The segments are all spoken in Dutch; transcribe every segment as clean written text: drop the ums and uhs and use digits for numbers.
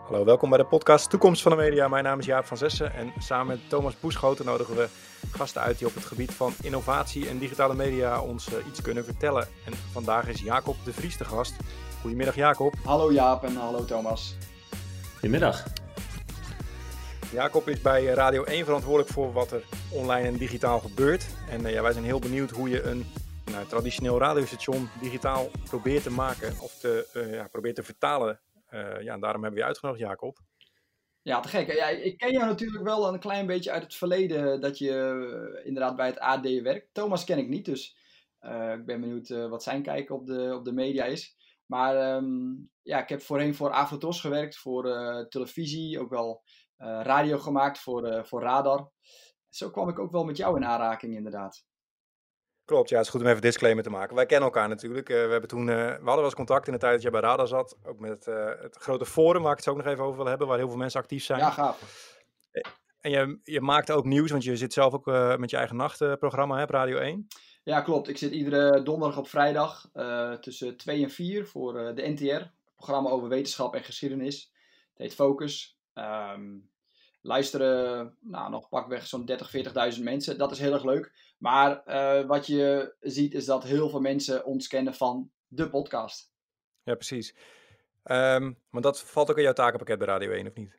Hallo, welkom bij de podcast Toekomst van de Media. Mijn naam is Jaap van Zessen en samen met Thomas Boeschoten nodigen we gasten uit die op het gebied van innovatie en digitale media ons iets kunnen vertellen. En vandaag is Jacob de Vries de gast. Goedemiddag Jacob. Hallo Jaap en hallo Thomas. Goedemiddag. Jacob is bij Radio 1 verantwoordelijk voor wat er online en digitaal gebeurt. En wij zijn heel benieuwd hoe je een traditioneel radiostation digitaal probeert te maken of probeert te vertalen. En daarom hebben we je uitgenodigd, Jacob. Ja, te gek. Ja, ik ken jou natuurlijk wel een klein beetje uit het verleden dat je inderdaad bij het AD werkt. Thomas ken ik niet, dus ik ben benieuwd wat zijn kijk op de media is. Maar ik heb voorheen voor Afrotos gewerkt, voor televisie, ook wel radio gemaakt voor Radar. Zo kwam ik ook wel met jou in aanraking, inderdaad. Klopt, ja, het is goed om even een disclaimer te maken. Wij kennen elkaar natuurlijk. We hadden wel eens contact in de tijd dat jij bij Radar zat. Ook met het grote forum, waar ik het zo ook nog even over wil hebben, waar heel veel mensen actief zijn. Ja, gaaf. En je maakt ook nieuws, want je zit zelf ook met je eigen nachtprogramma op Radio 1. Ja, klopt. Ik zit iedere donderdag op vrijdag tussen 2 en 4 voor de NTR. Een programma over wetenschap en geschiedenis. Het heet Focus. Luisteren nog pakweg zo'n 30.000, 40.000 mensen. Dat is heel erg leuk. Maar wat je ziet is dat heel veel mensen ons kennen van de podcast. Ja, precies. Maar dat valt ook in jouw takenpakket bij Radio 1, of niet?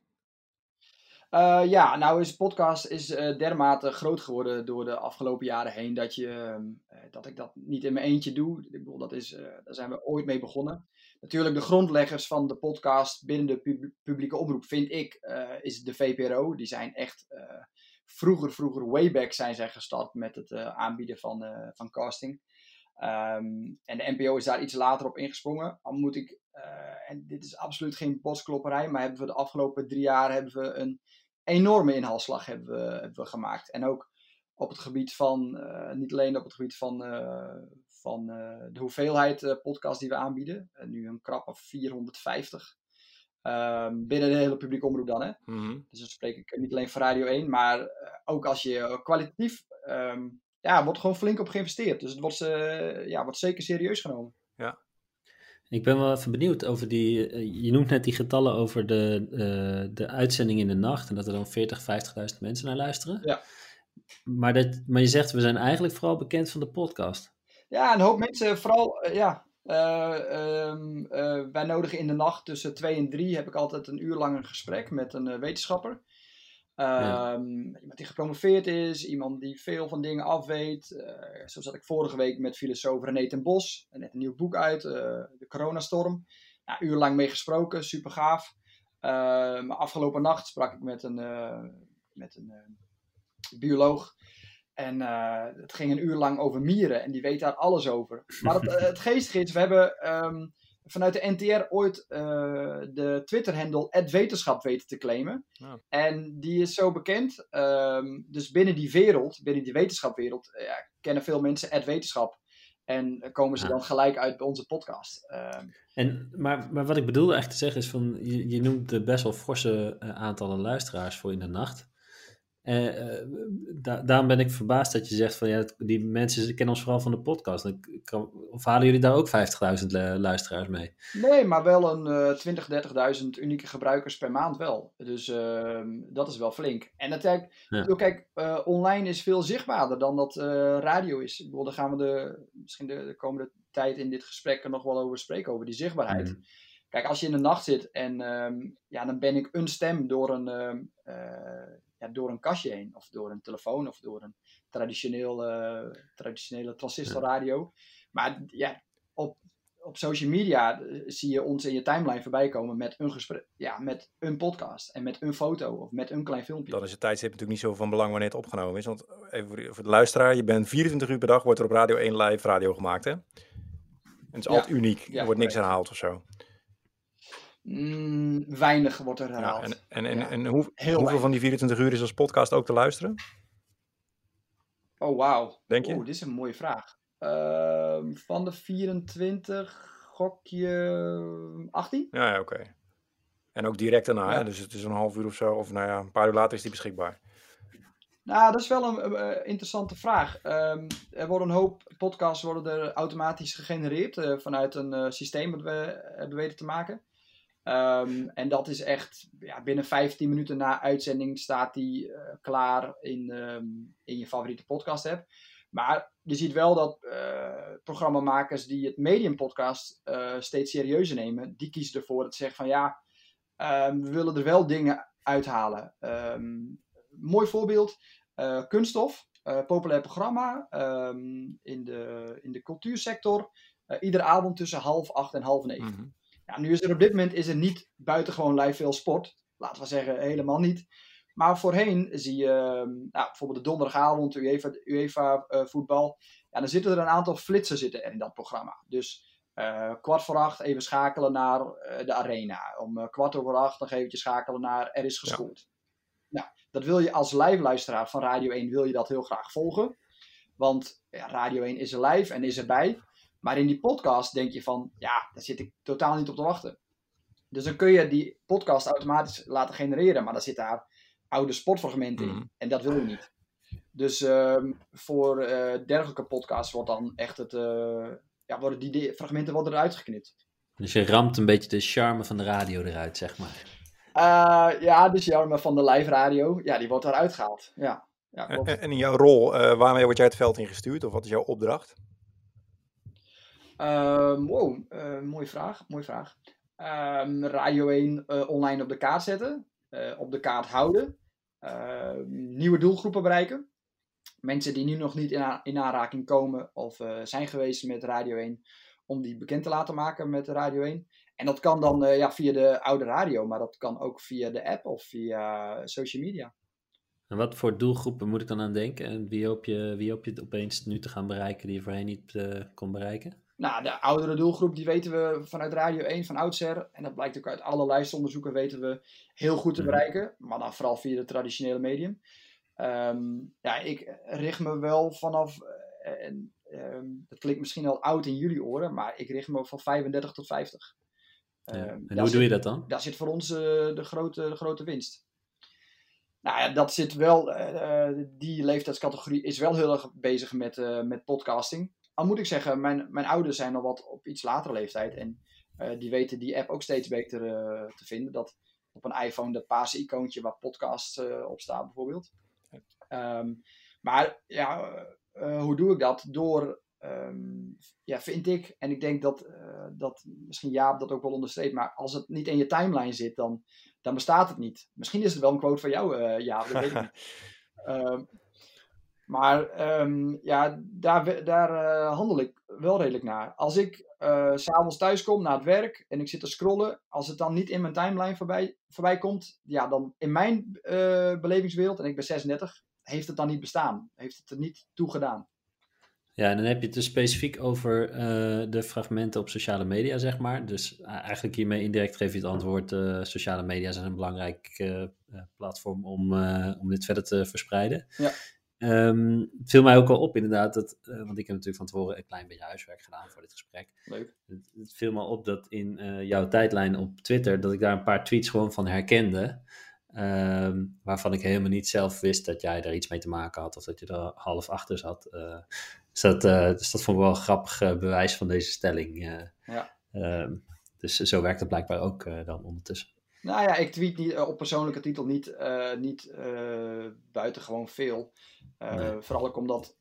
Podcast is dermate groot geworden door de afgelopen jaren heen dat ik dat niet in mijn eentje doe. Ik bedoel, daar zijn we ooit mee begonnen. Natuurlijk, de grondleggers van de podcast binnen de publieke omroep, vind ik, is de VPRO. Die zijn echt vroeger, way back zijn zij gestart met het aanbieden van casting. En de NPO is daar iets later op ingesprongen. Al moet ik, en dit is absoluut geen bosklopperij, maar hebben we de afgelopen 3 jaar een enorme inhaalslag hebben we gemaakt. En ook op het gebied van, niet alleen op het gebied van de hoeveelheid podcasts die we aanbieden. Nu een krappe 450. Binnen de hele publieke omroep dan. Hè? Mm-hmm. Dus dan spreek ik niet alleen voor Radio 1, maar ook als je kwalitatief... wordt gewoon flink op geïnvesteerd. Dus het wordt zeker serieus genomen. Ja. Ik ben wel even benieuwd over je noemt net die getallen over de uitzending in de nacht en dat er dan 50.000 mensen naar luisteren. Ja. Maar je zegt, we zijn eigenlijk vooral bekend van de podcast. Ja, een hoop mensen vooral, wij nodigen in de nacht tussen 2 en 3 heb ik altijd een uur lang een gesprek met een wetenschapper. Iemand die gepromoveerd is, iemand die veel van dingen afweet. Zo zat ik vorige week met filosoof René ten Bos. Net een nieuw boek uit, De Coronastorm. Een uur lang mee gesproken, super gaaf. Maar afgelopen nacht sprak ik met een bioloog. En het ging een uur lang over mieren en die weet daar alles over. Maar het geestige is, we hebben vanuit de NTR ooit de Twitter-handle @wetenschap weten te claimen. Ja. En die is zo bekend. Dus binnen die wetenschapwereld, kennen veel mensen @wetenschap. En komen ze dan gelijk uit bij onze podcast. Maar wat ik bedoelde echt te zeggen is van, je noemt best wel forse aantallen luisteraars voor in de nacht. Daarom ben ik verbaasd dat je zegt van die mensen kennen ons vooral van de podcast. Of halen jullie daar ook 50.000 luisteraars mee? Nee, maar wel een 20.000, 30.000 unieke gebruikers per maand wel. Dus dat is wel flink. En kijk, online is veel zichtbaarder dan dat radio is. Ik bedoel, daar gaan we misschien de komende tijd in dit gesprek er nog wel over spreken, over die zichtbaarheid. Mm. Kijk, als je in de nacht zit en dan ben ik een stem door een kastje heen. Of door een telefoon of door een traditionele transistorradio. Maar op social media zie je ons in je timeline voorbij komen met een gesprek, met een podcast en met een foto of met een klein filmpje. Dan is het tijdstip natuurlijk niet zo van belang wanneer het opgenomen is. Want even voor de luisteraar, je bent 24 uur per dag, wordt er op Radio 1 live radio gemaakt, hè? En het is altijd uniek, er wordt niks herhaald of zo. Weinig wordt er herhaald. En hoeveel van die 24 uur is als podcast ook te luisteren? Oh, wauw. Denk je? Dit is een mooie vraag. Van de 24 gok je 18? Ja, oké. En ook direct daarna, hè? Dus het is een half uur of zo, of een paar uur later is die beschikbaar. Nou, dat is wel een interessante vraag. Er worden een hoop podcasts automatisch gegenereerd vanuit een systeem dat we hebben weten te maken. En dat is echt, binnen 15 minuten na uitzending staat die klaar in je favoriete podcast app. Maar je ziet wel dat programmamakers die het Medium podcast steeds serieuzer nemen, die kiezen ervoor dat ze zeggen van we willen er wel dingen uithalen. Mooi voorbeeld, Kunststof, populair programma in de cultuursector. Iedere avond tussen 7:30 en 8:30. Mhm. Ja, nu is er op dit moment niet buitengewoon live veel sport. Laten we zeggen, helemaal niet. Maar voorheen zie je bijvoorbeeld de donderdagavond, UEFA voetbal. Ja, dan zitten er een aantal flitsen zitten in dat programma. Dus 7:15 even schakelen naar de arena. Om 7:15 nog eventjes schakelen naar Er is gescoord. Nou, dat wil je als live luisteraar van Radio 1 wil je dat heel graag volgen. Want Radio 1 is er live en is erbij. Maar in die podcast denk je van, daar zit ik totaal niet op te wachten. Dus dan kun je die podcast automatisch laten genereren. Maar dan zit daar oude sportfragmenten in. En dat wil je niet. Dus voor dergelijke podcasts wordt dan echt worden die fragmenten eruit geknipt. Dus je ramt een beetje de charme van de radio eruit, zeg maar. De charme van de live radio, die wordt eruit gehaald. Ja, klopt. En in jouw rol, waarmee word jij het veld ingestuurd? Of wat is jouw opdracht? Mooie vraag. Radio 1 online op de kaart zetten. Op de kaart houden. Nieuwe doelgroepen bereiken. Mensen die nu nog niet in aanraking komen of zijn geweest met Radio 1. Om die bekend te laten maken met Radio 1. En dat kan dan via de oude radio. Maar dat kan ook via de app of via social media. En wat voor doelgroepen moet ik dan aan denken? En wie hoop je opeens nu te gaan bereiken die je voorheen niet kon bereiken? Nou, de oudere doelgroep, die weten we vanuit Radio 1 van oudsher. En dat blijkt ook uit alle lijstonderzoeken, weten we heel goed te bereiken. Maar dan vooral via de traditionele medium. Ik richt me wel vanaf... dat klinkt misschien al oud in jullie oren, maar ik richt me van 35 tot 50. En hoe doe je dat dan? Daar zit voor ons de grote winst. Nou ja, dat zit wel... die leeftijdscategorie is wel heel erg bezig met podcasting. Al moet ik zeggen, mijn ouders zijn al wat op iets latere leeftijd. En die weten die app ook steeds beter te vinden. Dat op een iPhone dat paarse icoontje waar podcast op staat bijvoorbeeld. Hoe doe ik dat? Door, vind ik, en ik denk dat misschien Jaap dat ook wel onderstreept, maar als het niet in je timeline zit, dan bestaat het niet. Misschien is het wel een quote van jou, Jaap, dat weet ik niet. Daar handel ik wel redelijk naar. Als ik 's avonds thuis kom na het werk en ik zit te scrollen, als het dan niet in mijn timeline voorbij komt, dan in mijn belevingswereld, en ik ben 36, heeft het dan niet bestaan. Heeft het er niet toe gedaan. Ja, en dan heb je het dus specifiek over de fragmenten op sociale media, zeg maar. Dus eigenlijk hiermee indirect geef je het antwoord. Sociale media zijn een belangrijk platform om dit verder te verspreiden. Ja. Het viel mij ook al op inderdaad, want ik heb natuurlijk van tevoren een klein beetje huiswerk gedaan voor dit gesprek. Leuk. Het viel me op dat in jouw tijdlijn op Twitter, dat ik daar een paar tweets gewoon van herkende. Waarvan ik helemaal niet zelf wist dat jij er iets mee te maken had of dat je er half achter zat. Dus dat vond ik wel een grappig bewijs van deze stelling. Dus zo werkt het blijkbaar ook dan ondertussen. Nou ja, ik tweet niet op persoonlijke titel niet buitengewoon veel. Nee. Vooral ook omdat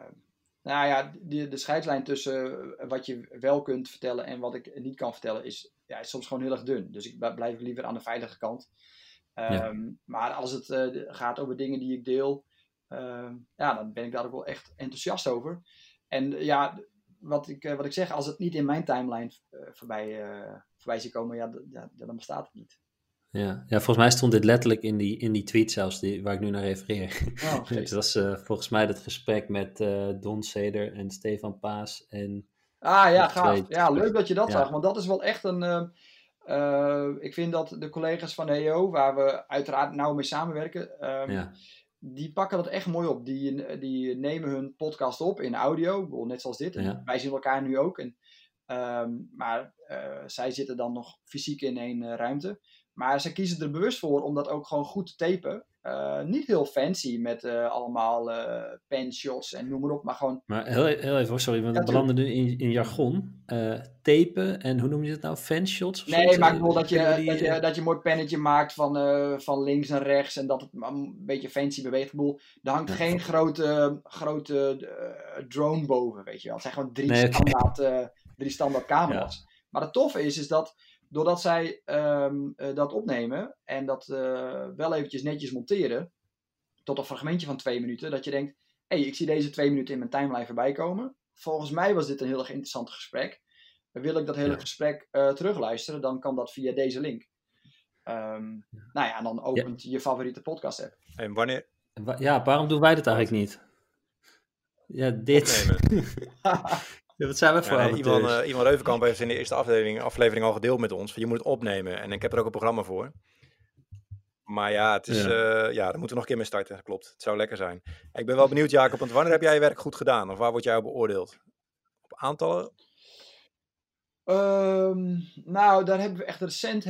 de scheidslijn tussen wat je wel kunt vertellen en wat ik niet kan vertellen is soms gewoon heel erg dun. Dus ik blijf liever aan de veilige kant. Maar als het gaat over dingen die ik deel, dan ben ik daar ook wel echt enthousiast over. En wat ik zeg, als het niet in mijn timeline voorbij ziet komen, dan bestaat het niet. Ja, volgens mij stond dit letterlijk in die tweet zelfs, waar ik nu naar refereer. Oh, Het was volgens mij dat gesprek met Don Seder en Stefan Paas. Gaaf. Ja, leuk dat je dat zag, want dat is wel echt een... ik vind dat de collega's van de EO, waar we uiteraard nauw mee samenwerken, die pakken dat echt mooi op. Die nemen hun podcast op in audio, net zoals dit. En wij zien elkaar nu ook. Maar zij zitten dan nog fysiek in één ruimte. Maar ze kiezen er bewust voor om dat ook gewoon goed te tapen. Niet heel fancy met allemaal panshots en noem maar op, maar gewoon... Maar heel even hoor, sorry, want we belanden nu in jargon. Tapen en hoe noem je het nou? Fanshots of Nee, zoiets? maar ik bedoel dat je een mooi pennetje maakt van links naar rechts en dat het een beetje fancy beweegt. Ik bedoel, er hangt geen grote drone boven, weet je wel. Het zijn gewoon drie standaard camera's. Ja. Maar het toffe is dat doordat zij dat opnemen en dat wel eventjes netjes monteren, tot een fragmentje van 2 minuten, dat je denkt, ik zie deze 2 minuten in mijn timeline voorbij komen. Volgens mij was dit een heel erg interessant gesprek. Wil ik dat hele gesprek terugluisteren, dan kan dat via deze link. Nou ja, en dan opent je favoriete podcast app. En wanneer... Ja, waarom doen wij dat eigenlijk niet? Ja, dit. Wat zijn we voor Ivan Reuvenkamp heeft in de eerste aflevering al gedeeld met ons. Je moet het opnemen. En ik heb er ook een programma voor. Maar ja, het is, daar moeten we nog een keer mee starten. Dat klopt. Het zou lekker zijn. Ik ben wel benieuwd, Jacob, want wanneer heb jij je werk goed gedaan? Of waar word jij op beoordeeld? Op aantallen? Nou, daar hebben we echt recent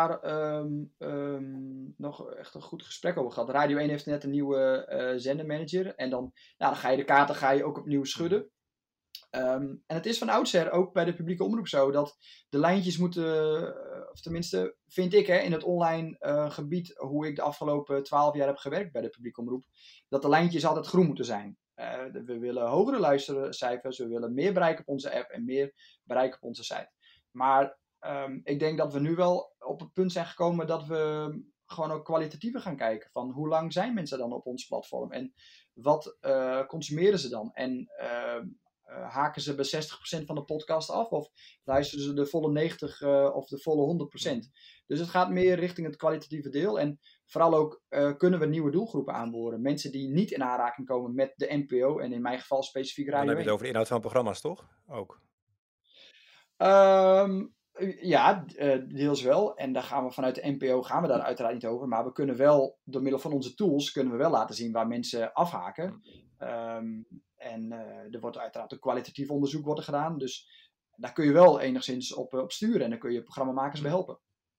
nog echt een goed gesprek over gehad. Radio 1 heeft net een nieuwe zendermanager. En dan ga je de kaarten ook opnieuw schudden. En het is van oudsher ook bij de publieke omroep zo dat de lijntjes moeten, of tenminste vind ik in het online gebied, hoe ik de afgelopen 12 jaar heb gewerkt bij de publieke omroep, dat de lijntjes altijd groen moeten zijn. We willen hogere luistercijfers, we willen meer bereik op onze app en meer bereik op onze site. Maar ik denk dat we nu wel op het punt zijn gekomen dat we gewoon ook kwalitatiever gaan kijken van hoe lang zijn mensen dan op ons platform en wat consumeren ze dan en haken ze bij 60% van de podcast af of luisteren ze de volle 90 of de volle 100%. Dus het gaat meer richting het kwalitatieve deel en vooral ook kunnen we nieuwe doelgroepen aanboren. Mensen die niet in aanraking komen met de NPO en in mijn geval specifiek Radio 1. Dan heb je het over de inhoud van programma's, toch? Ook. Ja, deels wel. En daar gaan we vanuit de NPO daar uiteraard niet over. Maar we kunnen wel, door middel van onze tools, kunnen we wel laten zien waar mensen afhaken. En er wordt uiteraard een kwalitatief onderzoek gedaan. Dus daar kun je wel enigszins op sturen. En daar kun je programmamakers bij helpen.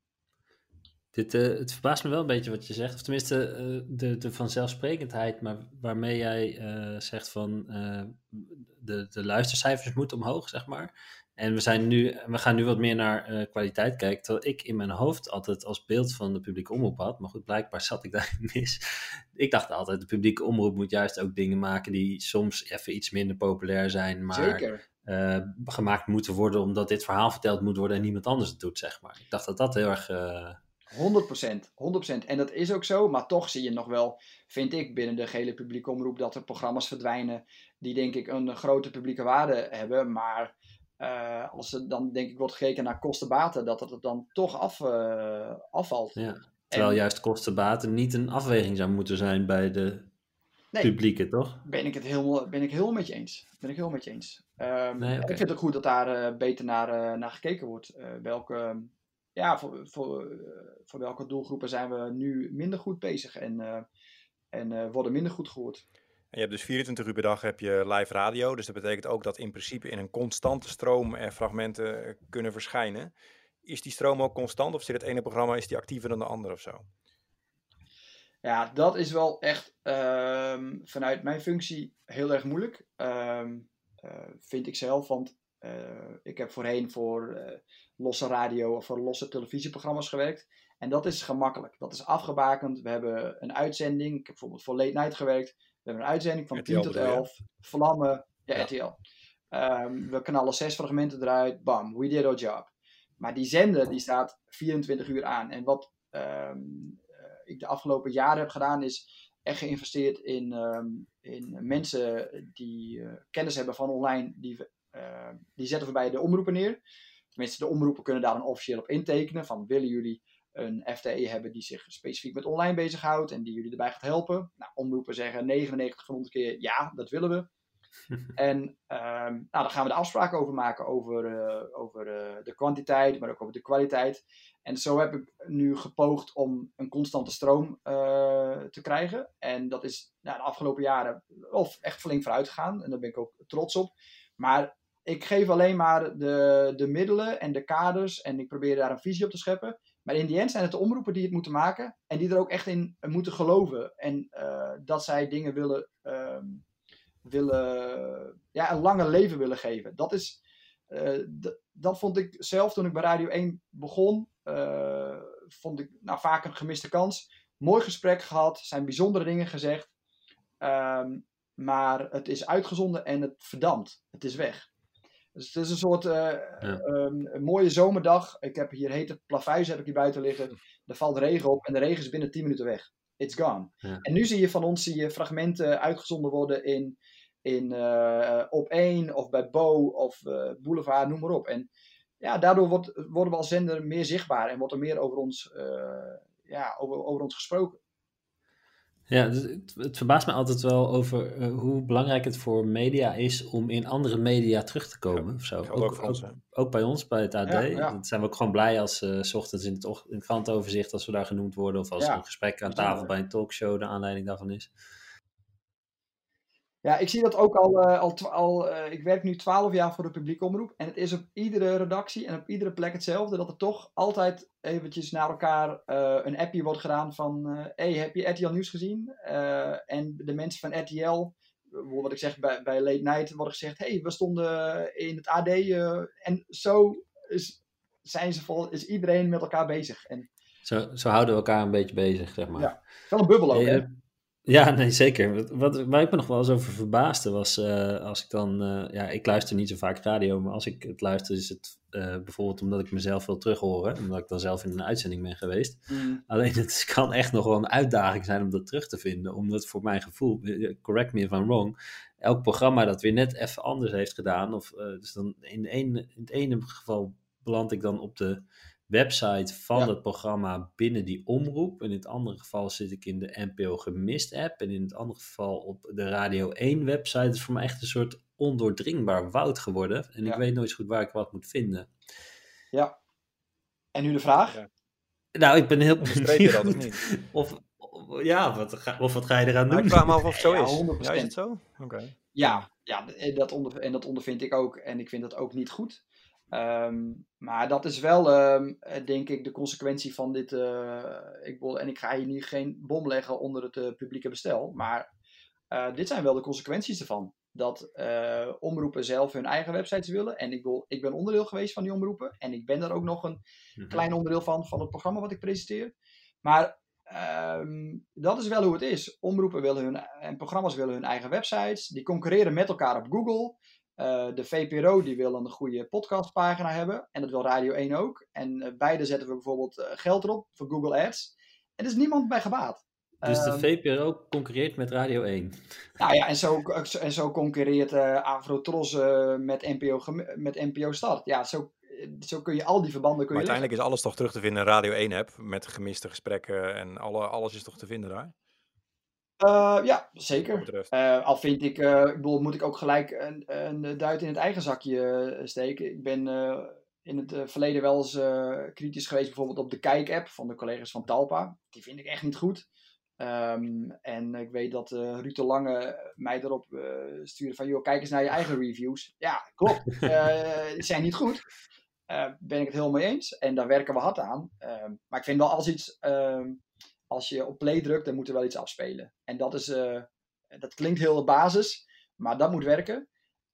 Het verbaast me wel een beetje wat je zegt. Of tenminste, de vanzelfsprekendheid waarmee jij zegt van de luistercijfers moeten omhoog, zeg maar. En we gaan nu wat meer naar kwaliteit kijken. Terwijl ik in mijn hoofd altijd als beeld van de publieke omroep had. Maar goed, blijkbaar zat ik daarin mis. Ik dacht altijd, de publieke omroep moet juist ook dingen maken die soms even iets minder populair zijn. Maar gemaakt moeten worden omdat dit verhaal verteld moet worden en niemand anders het doet, zeg maar. Ik dacht dat heel erg... 100%. En dat is ook zo, maar toch zie je nog wel, vind ik, binnen de gehele publieke omroep dat er programma's verdwijnen die denk ik een grote publieke waarde hebben, maar als er dan denk ik wordt gekeken naar kosten-baten, dat het dan toch afvalt. Ja, terwijl juist kosten-baten niet een afweging zou moeten zijn bij de publieke, toch? Ben ik heel met je eens. Ik vind het ook goed dat daar beter naar gekeken wordt. Voor welke doelgroepen zijn we nu minder goed bezig en worden minder goed gehoord. En je hebt dus 24 uur per dag heb je live radio. Dus dat betekent ook dat in principe in een constante stroom er fragmenten kunnen verschijnen. Is die stroom ook constant of zit het ene programma is die actiever dan de andere of zo? Ja, dat is wel echt vanuit mijn functie heel erg moeilijk. Vind ik zelf, want ik heb voorheen voor losse radio of voor losse televisieprogramma's gewerkt. En dat is gemakkelijk. Dat is afgebakend. We hebben een uitzending. Ik heb bijvoorbeeld voor Late Night gewerkt. We hebben een uitzending van 10 tot 11. Vlammen. Ja, RTL. We knallen 6 fragmenten eruit. Bam, we did our job. Maar die zender die staat 24 uur aan. En wat ik de afgelopen jaren heb gedaan is echt geïnvesteerd in mensen die kennis hebben van online. Die zetten we bij de omroepen neer. Tenminste, de omroepen kunnen daar een officieel op intekenen. Van willen jullie een FTE hebben die zich specifiek met online bezighoudt en die jullie erbij gaat helpen? Nou, omroepen zeggen 99 van 100 keer ja, dat willen we. En daar gaan we de afspraken over maken over de kwantiteit, maar ook over de kwaliteit. En zo heb ik nu gepoogd om een constante stroom te krijgen. En dat is de afgelopen jaren echt flink vooruit gegaan. En daar ben ik ook trots op. Maar ik geef alleen maar de middelen en de kaders en ik probeer daar een visie op te scheppen. Maar in die end zijn het de omroepen die het moeten maken en die er ook echt in moeten geloven. En dat zij dingen een langer leven willen geven. Dat vond ik zelf toen ik bij Radio 1 begon, vond ik vaak een gemiste kans. Mooi gesprek gehad, zijn bijzondere dingen gezegd. Maar het is uitgezonden en het verdampt. Het is weg. Dus het is een soort een mooie zomerdag. Ik heb hier hete plavuizen heb ik hier buiten liggen. Er valt regen op en de regen is binnen 10 minuten weg. It's gone. Ja. En nu zie je van ons fragmenten uitgezonden worden in Op 1 of bij Bo of Boulevard, noem maar op. En ja, daardoor worden we als zender meer zichtbaar en wordt er meer over over ons gesproken. Ja, dus het verbaast me altijd wel over hoe belangrijk het voor media is om in andere media terug te komen. Of zo. Ook bij ons, bij het AD. Ja. Dat zijn we ook gewoon blij als 's ochtends in het krantoverzicht, als we daar genoemd worden. Of als er een gesprek aan tafel bij een talkshow de aanleiding daarvan is. Ja, ik zie dat ook ik werk nu 12 jaar voor de publieke omroep. En het is op iedere redactie en op iedere plek hetzelfde. Dat er toch altijd eventjes naar elkaar een appje wordt gedaan van... hey, heb je RTL Nieuws gezien? En de mensen van RTL, wat ik zeg bij Late Night, wordt gezegd... hey, we stonden in het AD. En zo is iedereen met elkaar bezig. En, zo houden we elkaar een beetje bezig, zeg maar. Ja, wel een bubbel ook, hè? Ja, nee, zeker. Waar ik me nog wel eens over verbaasde was, als ik dan... ik luister niet zo vaak radio, maar als ik het luister is het bijvoorbeeld omdat ik mezelf wil terughoren. Omdat ik dan zelf in een uitzending ben geweest. Alleen het kan echt nog wel een uitdaging zijn om dat terug te vinden. Omdat voor mijn gevoel, correct me if I'm wrong, elk programma dat weer net even anders heeft gedaan. Dus dan in het ene geval beland ik dan op de website van het programma binnen die omroep. En in het andere geval zit ik in de NPO Gemist app. En in het andere geval op de Radio 1 website. Het is voor mij echt een soort ondoordringbaar woud geworden. En ik weet nooit zo goed waar ik wat moet vinden. Ja. En nu de vraag? Ja. Nou, ik ben heel benieuwd dat of niet. Wat ga je eraan doen? Ik vraag me af of het zo is. 100%. Ja, is het zo? Okay. Ja, dat ondervind ik ook. En ik vind dat ook niet goed. Maar dat is wel, denk ik, de consequentie van dit. En ik ga hier nu geen bom leggen onder het publieke bestel. Maar dit zijn wel de consequenties ervan. Dat omroepen zelf hun eigen websites willen. En ik ben onderdeel geweest van die omroepen. En ik ben daar ook nog een klein onderdeel van het programma wat ik presenteer. Maar dat is wel hoe het is. Omroepen en programma's willen hun eigen websites. Die concurreren met elkaar op Google. De VPRO die wil een goede podcastpagina hebben. En dat wil Radio 1 ook. En beide zetten we bijvoorbeeld geld erop voor Google Ads. En er is niemand bij gebaat. Dus de VPRO concurreert met Radio 1? Nou ja, en zo concurreert Afrotros met NPO Start. Ja, zo kun je al die verbanden... Maar uiteindelijk is alles toch terug te vinden in Radio 1-app. Met gemiste gesprekken en alles is toch te vinden daar? Ja, zeker. Al vind ik, moet ik ook gelijk een duit in het eigen zakje steken. Ik ben in het verleden wel eens kritisch geweest bijvoorbeeld op de Kijk-app van de collega's van Talpa. Die vind ik echt niet goed. En ik weet dat Ruud de Lange mij erop stuurde van, joh, kijk eens naar je eigen reviews. Ja, klopt. Die zijn niet goed. Ben ik het helemaal mee eens. En daar werken we hard aan. Maar ik vind wel als je op play drukt, dan moet er wel iets afspelen. En dat klinkt heel basis, maar dat moet werken.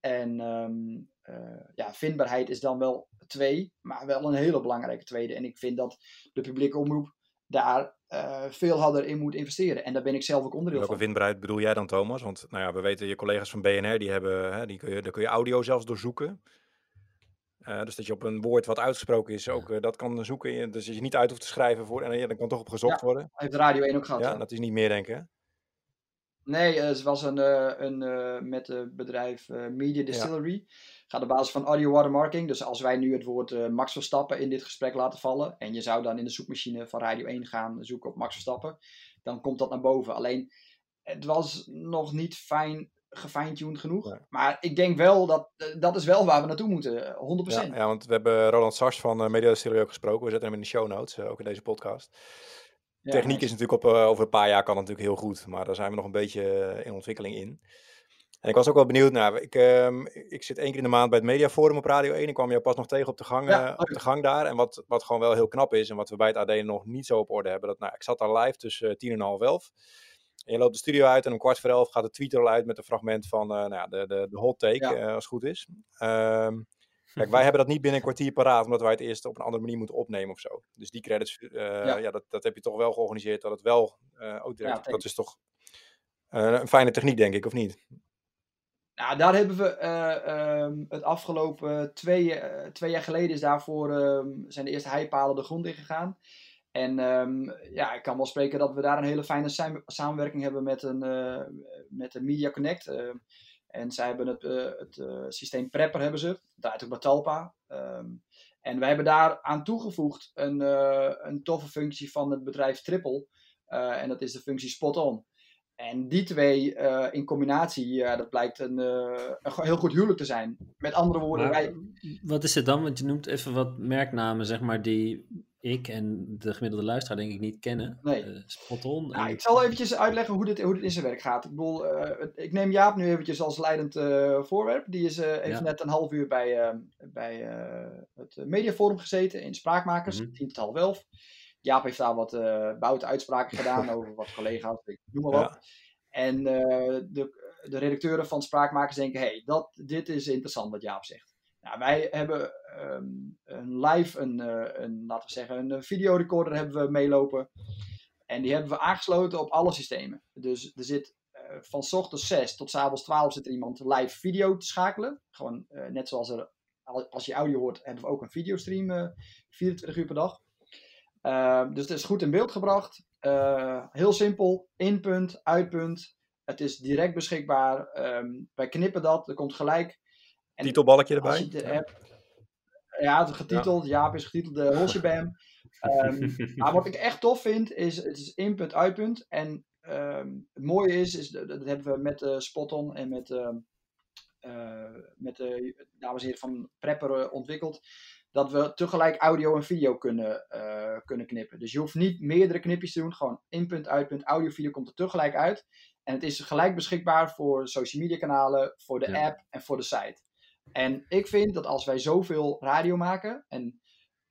En vindbaarheid is dan wel 2, maar wel een hele belangrijke tweede. En ik vind dat de publieke omroep daar veel harder in moet investeren. En daar ben ik zelf ook onderdeel van. Welke vindbaarheid bedoel jij dan, Thomas? Want we weten, je collega's van BNR, daar kun je audio zelfs doorzoeken. Dus dat je op een woord wat uitgesproken is, ook dat kan zoeken. Dus dat je niet uit hoeft te schrijven voor. En dan kan toch op gezocht worden. Heeft Radio 1 ook gehad. Ja, dat is niet meer, denk ik. Nee, het was met het bedrijf Media Distillery. Gaat op basis van audio watermarking. Dus als wij nu het woord Max Verstappen in dit gesprek laten vallen. En je zou dan in de zoekmachine van Radio 1 gaan zoeken op Max Verstappen. Dan komt dat naar boven. Alleen, het was nog niet gefine-tuned genoeg. Ja. Maar ik denk wel dat is wel waar we naartoe moeten. 100%. Ja, want we hebben Roland Sars van Media Distillery ook gesproken. We zetten hem in de show notes, ook in deze podcast. Ja, techniek is natuurlijk over een paar jaar kan het natuurlijk heel goed. Maar daar zijn we nog een beetje in ontwikkeling in. En ik was ook wel benieuwd, ik zit 1 keer in de maand bij het Mediaforum op Radio 1. Ik kwam jou pas nog tegen op de gang daar. En wat gewoon wel heel knap is en wat we bij het AD nog niet zo op orde hebben. Ik zat daar live tussen 10:30 en 11:30. En je loopt de studio uit en om 11:15 gaat de tweet er al uit met een fragment van de hot take, als het goed is. Kijk, wij hebben dat niet binnen een kwartier paraat, omdat wij het eerst op een andere manier moeten opnemen of zo. Dus die credits, dat heb je toch wel georganiseerd, dat het wel ook direct... dat is toch een fijne techniek, denk ik, of niet? Nou, daar hebben we het afgelopen 2 jaar geleden is daarvoor zijn de eerste heipalen de grond in gegaan. En ik kan wel spreken dat we daar een hele fijne samenwerking hebben met de Media Connect. En zij hebben het systeem Prepper hebben ze. Dat draait ook bij Talpa. En wij hebben daar aan toegevoegd een toffe functie van het bedrijf Triple. En dat is de functie Spot On. En die 2 in combinatie, dat blijkt een heel goed huwelijk te zijn. Met andere woorden, wat is het dan? Want je noemt even wat merknamen, zeg maar, die ik en de gemiddelde luisteraar denk ik niet kennen. Nee. Spot On. Nou, ik zal eventjes uitleggen hoe dit in zijn werk gaat. Ik bedoel, ik neem Jaap nu eventjes als leidend voorwerp. Die is even net een half uur bij het Mediaforum gezeten in Spraakmakers, 10 tot 11:30. Jaap heeft daar wat boute uitspraken gedaan over wat collega's, noem maar wat. En de redacteuren van Spraakmakers denken, dit is interessant wat Jaap zegt. Nou, wij hebben laten we zeggen, een videorecorder hebben we meelopen. En die hebben we aangesloten op alle systemen. Dus er zit van 's ochtends 6 tot 's avonds 12 zit er iemand live video te schakelen. Gewoon net zoals als je audio hoort, hebben we ook een videostream 24 uur per dag. Dus het is goed in beeld gebracht. Heel simpel. Inpunt, uitpunt. Het is direct beschikbaar. Wij knippen dat. Er komt gelijk. En titelbalkje erbij. Het is getiteld. Ja. Jaap is getiteld de Holsjebam. Maar wat ik echt tof vind, is het is inpunt, uitpunt. En het mooie is dat hebben we met Spot On en met de dames en heren van Prepper ontwikkeld. Dat we tegelijk audio en video kunnen knippen. Dus je hoeft niet meerdere knipjes te doen. Gewoon inpunt, uitpunt, audio, video komt er tegelijk uit. En het is gelijk beschikbaar voor social media kanalen, voor de app en voor de site. En ik vind dat als wij zoveel radio maken. En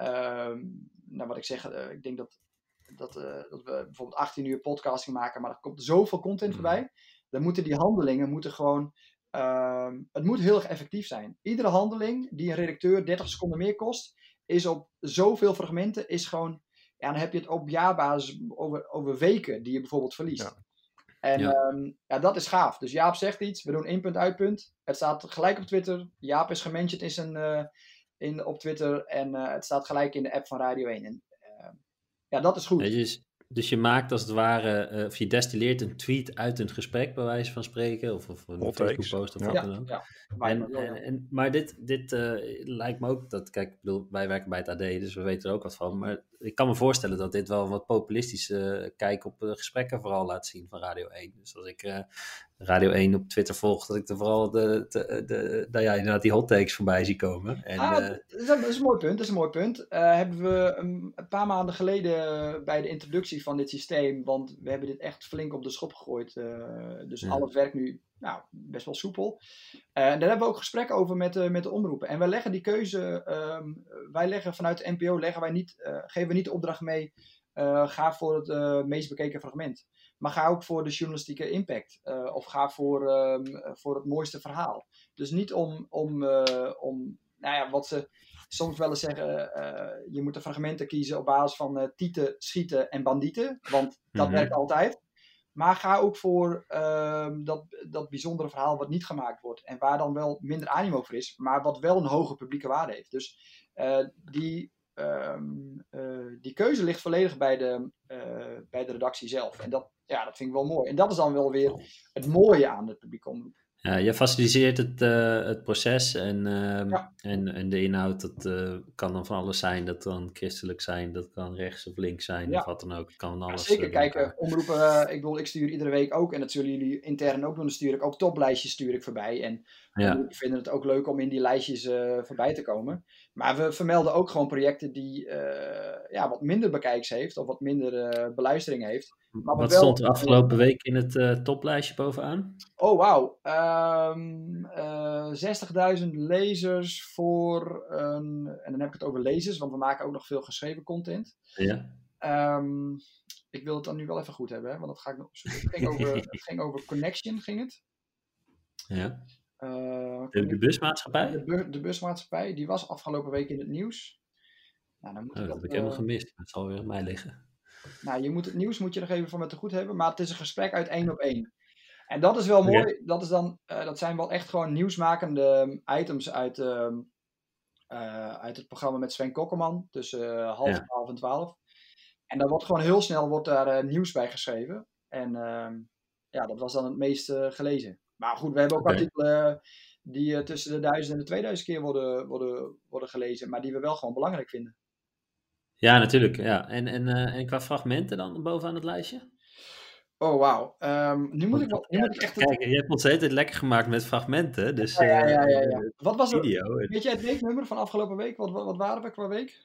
wat ik zeg, ik denk dat we bijvoorbeeld 18 uur podcasting maken. Maar er komt zoveel content voorbij. Dan moeten die handelingen gewoon... het moet heel erg effectief zijn. Iedere handeling die een redacteur 30 seconden meer kost, is op zoveel fragmenten, is gewoon, dan heb je het op jaarbasis over weken die je bijvoorbeeld verliest. Ja. En dat is gaaf. Dus Jaap zegt iets, we doen inpunt, uitpunt. Het staat gelijk op Twitter. Jaap is gementioned op Twitter en het staat gelijk in de app van Radio 1. En dat is goed. Dus je maakt als het ware, of je destilleert een tweet uit een gesprek, bij wijze van spreken, of een Facebook-post of wat dan ook. Maar dit lijkt me ook, kijk, ik bedoel, wij werken bij het AD, dus we weten er ook wat van, maar ik kan me voorstellen dat dit wel een wat populistische kijk op gesprekken vooral laat zien van Radio 1. Dus als ik Radio 1 op Twitter volg, dat ik er vooral inderdaad die hot takes voorbij zie komen. Dat is een mooi punt. Hebben we een paar maanden geleden bij de introductie van dit systeem, want we hebben dit echt flink op de schop gegooid. Dus alles werkt nu best wel soepel. Daar hebben we ook gesprekken over met de omroepen. En wij leggen die keuze, vanuit de NPO geven we niet de opdracht mee, ga voor het meest bekeken fragment. Maar ga ook voor de journalistieke impact. Of ga voor het mooiste verhaal. Dus niet om wat ze soms wel eens zeggen. Je moet de fragmenten kiezen op basis van tieten, schieten en bandieten. Want dat werkt altijd. Maar ga ook voor dat bijzondere verhaal wat niet gemaakt wordt. En waar dan wel minder animo voor is. Maar wat wel een hoge publieke waarde heeft. Dus die keuze ligt volledig bij de redactie zelf. En dat vind ik wel mooi. En dat is dan wel weer het mooie aan het publieke omroep. Ja, je faciliteert het proces en de inhoud, dat kan dan van alles zijn. Dat kan christelijk zijn, dat kan rechts of links zijn, of wat dan ook. Kan alles, zeker, kijk, omroepen, ik stuur iedere week ook, en dat zullen jullie intern ook doen, dan stuur ik ook toplijstjes voorbij. En omroepen vinden het ook leuk om in die lijstjes voorbij te komen. Maar we vermelden ook gewoon projecten die wat minder bekijks heeft of wat minder beluistering heeft. Maar Wat wel... stond er afgelopen week in het toplijstje bovenaan? Oh, wauw. 60.000 lezers voor en dan heb ik het over lezers, want we maken ook nog veel geschreven content. Ja. Ik wil het dan nu wel even goed hebben, hè, want dat ga ik nog opzoeken. Het ging over Connection, ging het. Ja. De busmaatschappij? De busmaatschappij, die was afgelopen week in het nieuws. Nou, dan moet dat heb ik helemaal gemist. Dat zal weer op mij liggen. Nou, het nieuws moet je nog even van me te goed hebben, maar het is een gesprek uit 1 op 1. En dat is wel mooi. Dat zijn wel echt gewoon nieuwsmakende items uit het programma met Sven Kokkelman. Tussen 11:30 en 12. En daar wordt gewoon heel snel nieuws bij geschreven. En dat was dan het meest gelezen. Maar goed, we hebben ook artikelen die tussen de 1000 en de 2000 keer worden gelezen. Maar die we wel gewoon belangrijk vinden. Ja, natuurlijk. Ja. En qua fragmenten dan bovenaan het lijstje? Oh, wauw. Nu moet ik echt... Kijk, je hebt ons de hele tijd lekker gemaakt met fragmenten. Dus, ja. Wat was het? Video. Weet jij het weeknummer van afgelopen week? Wat waren we qua week?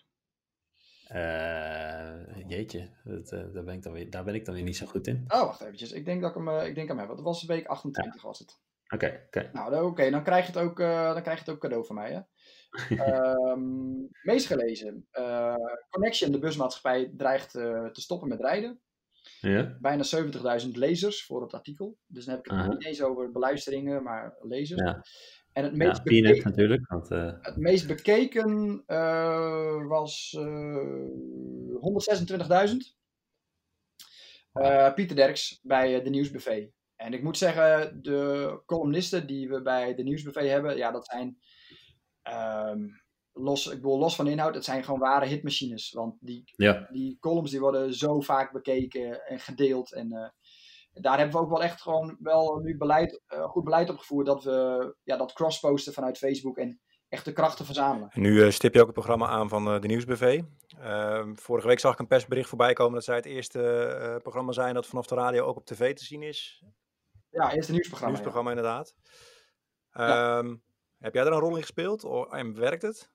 Jeetje, daar ben ik dan weer niet zo goed in. Oh, wacht eventjes. Ik denk dat ik hem heb. Het was week 28 was het. Oké. Nou, dan krijg je het ook cadeau van mij, hè? Meest gelezen. Connection, de busmaatschappij, dreigt te stoppen met rijden. Ja. Bijna 70.000 lezers voor het artikel. Dus dan heb ik het niet eens over beluisteringen, maar lezers. Ja. En het meest Peanut natuurlijk. Want, het meest bekeken was 126.000. Pieter Derks bij de Nieuwsbuffet. En ik moet zeggen, de columnisten die we bij de Nieuwsbuffet hebben, ja, dat zijn los van de inhoud, het zijn gewoon ware hitmachines. Want die columns die worden zo vaak bekeken en gedeeld. En daar hebben we ook wel echt gewoon wel nu goed beleid op gevoerd dat we dat crossposten vanuit Facebook en echt de krachten verzamelen. En nu stip je ook het programma aan van de Nieuwsbuffet. Vorige week zag ik een persbericht voorbij komen dat zij het eerste programma zijn dat vanaf de radio ook op tv te zien is. Ja, eerste nieuwsprogramma. Nieuwsprogramma inderdaad. Heb jij er een rol in gespeeld en werkt het?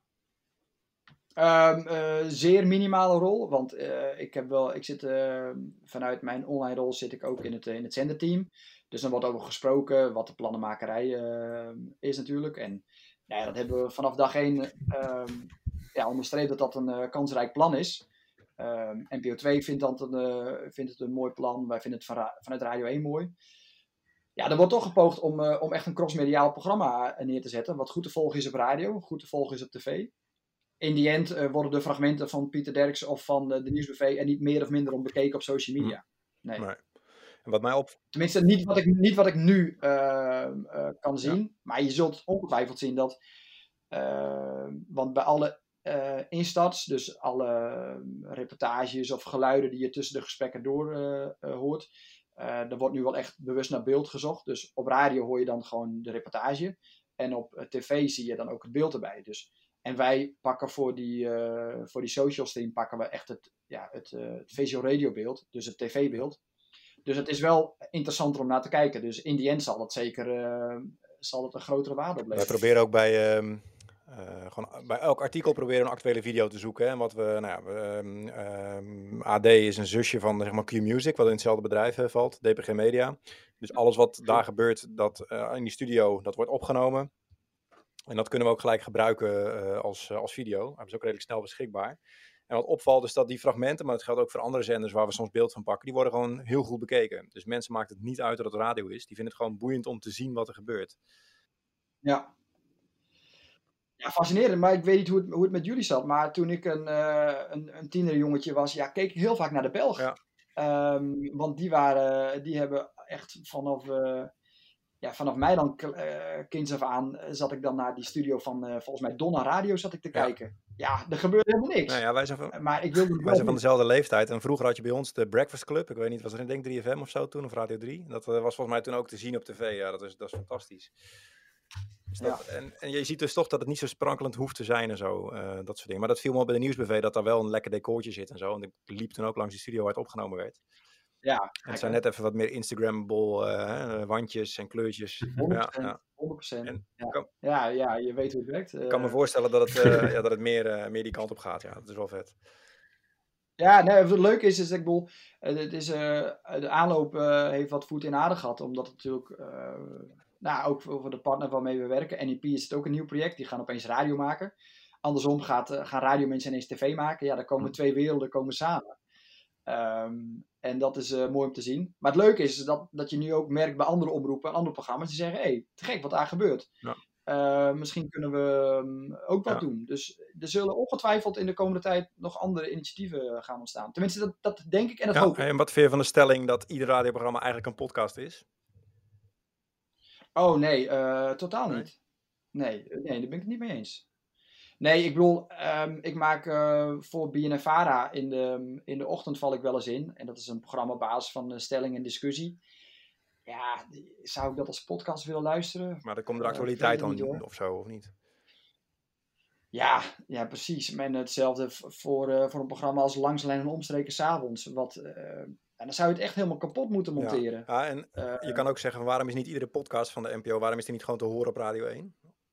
Zeer minimale rol, want ik zit vanuit mijn online rol zit ik ook in het zenderteam. Dus dan wordt over gesproken wat de plannenmakerij is natuurlijk. En dat hebben we vanaf dag 1 onderstreept dat een kansrijk plan is. NPO 2 vindt het een mooi plan. Wij vinden het vanuit Radio 1 mooi. Ja, er wordt toch gepoogd om echt een crossmediaal programma neer te zetten. Wat goed te volgen is op radio, goed te volgen is op tv. In die end worden de fragmenten van Pieter Derks of van de Nieuwsbuffet er niet meer of minder om bekeken op social media. Nee. En wat mij Tenminste, niet wat ik nu kan zien. Ja. Maar je zult ongetwijfeld zien dat... want bij alle instarts, dus alle reportages of geluiden die je tussen de gesprekken door hoort... er wordt nu wel echt bewust naar beeld gezocht. Dus op radio hoor je dan gewoon de reportage. En op tv zie je dan ook het beeld erbij. Dus... En wij pakken voor die social stream pakken we echt het visual radio beeld, dus het tv-beeld. Dus het is wel interessanter om naar te kijken. Dus in die end zal het zeker een grotere waarde opleveren. Wij proberen ook bij elk artikel proberen een actuele video te zoeken. Hè? En wat AD is een zusje van zeg maar Q-Music, wat in hetzelfde bedrijf valt, DPG Media. Dus alles wat daar gebeurt in die studio, dat wordt opgenomen. En dat kunnen we ook gelijk gebruiken als video. Dat is ook redelijk snel beschikbaar. En wat opvalt is dat die fragmenten, maar dat geldt ook voor andere zenders waar we soms beeld van pakken, die worden gewoon heel goed bekeken. Dus mensen maakt het niet uit dat het radio is. Die vinden het gewoon boeiend om te zien wat er gebeurt. Ja, fascinerend. Maar ik weet niet hoe het met jullie zat. Maar toen ik een tienerjongetje was, keek ik heel vaak naar de Belgen. Ja. Want die hebben echt vanaf mij dan kinds af aan zat ik dan naar die studio van volgens mij Donna Radio zat ik te kijken. Ja, er gebeurde helemaal niks. Nou ja, wij zijn van dezelfde leeftijd. En vroeger had je bij ons de Breakfast Club. Ik weet niet, was er denk 3FM of zo toen, of Radio 3. Dat was volgens mij toen ook te zien op tv. Ja, dat is fantastisch. Dus en je ziet dus toch dat het niet zo sprankelend hoeft te zijn en zo. Dat soort dingen. Maar dat viel me op bij de Nieuwsbuffet dat daar wel een lekker decoortje zit en zo. En ik liep toen ook langs die studio waar het opgenomen werd. Ja, En gek, het zijn hè? net even wat meer Instagrammable wandjes en kleurtjes. 100%, Ja. 100%. En Ja, je weet hoe het werkt. ik kan me voorstellen dat dat het meer die kant op gaat. Ja, dat is wel vet. Ja, nee, wat leuk is dat ik bedoel, het is, de aanloop heeft wat voet in aarde gehad, omdat het natuurlijk, nou, ook voor de partner waarmee we werken, NEP, is het ook een nieuw project. Die gaan opeens radio maken. Andersom gaan radiomensen ineens tv maken. Ja, daar komen twee werelden komen samen. En dat is mooi om te zien. Maar het leuke is dat je nu ook merkt bij andere omroepen en andere programma's die zeggen, hé, te gek wat daar gebeurt. Misschien kunnen we ook wat doen. Dus er zullen ongetwijfeld in de komende tijd nog andere initiatieven gaan ontstaan. Tenminste, dat denk ik en dat hoop ik. En wat vind je van de stelling dat ieder radioprogramma eigenlijk een podcast is? Oh nee, totaal niet. Nee, daar ben ik het niet mee eens. Nee, ik bedoel, ik maak voor BNNVARA in de ochtend val ik wel eens in. En dat is een programma op basis van stelling en discussie. Ja, zou ik dat als podcast willen luisteren? Maar dan komt de actualiteit niet, dan hoor. of zo, of niet? Ja, precies. En hetzelfde voor een programma als Langs de Lijn en Omstreken 's avonds. En dan zou je het echt helemaal kapot moeten monteren. Ja, en je kan ook zeggen, waarom is niet iedere podcast van de NPO, waarom is die niet gewoon te horen op Radio 1?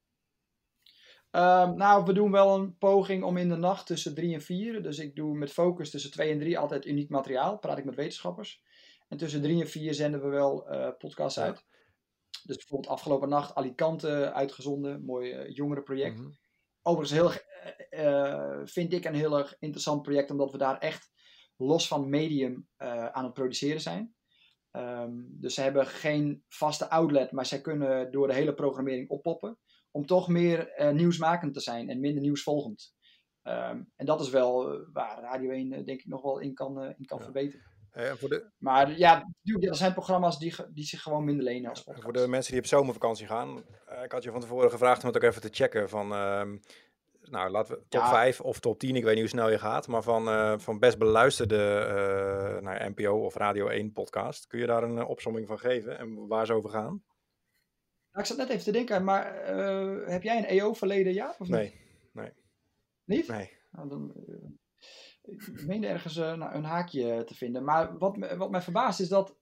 Nou, we doen wel een poging om in de nacht tussen 3 en 4. Dus ik doe met focus tussen 2 en 3 altijd uniek materiaal. Praat ik met wetenschappers. En tussen 3 en 4 zenden we wel podcasts uit. Dus bijvoorbeeld afgelopen nacht Alicante uitgezonden. Mooi jongerenproject. Overigens vind ik een heel erg interessant project. Omdat we daar echt los van medium aan het produceren zijn. Dus ze hebben geen vaste outlet. Maar zij kunnen door de hele programmering oppoppen. Om toch meer nieuwsmakend te zijn en minder nieuwsvolgend. En dat is wel waar Radio 1 denk ik nog wel in kan verbeteren. Maar ja, er zijn programma's die zich gewoon minder lenen als podcast. Voor de mensen die op zomervakantie gaan. Ik had je van tevoren gevraagd om het ook even te checken. Nou, laten we top 5 of top 10, ik weet niet hoe snel je gaat. Maar van best beluisterde NPO of Radio 1 podcast. Kun je daar een opsomming van geven en waar ze over gaan? Nou, ik zat net even te denken, maar heb jij een EO-verleden jaar? Of Nee. Niet? Nee. Nou, ik meende ergens een haakje te vinden. Maar wat mij verbaast is dat...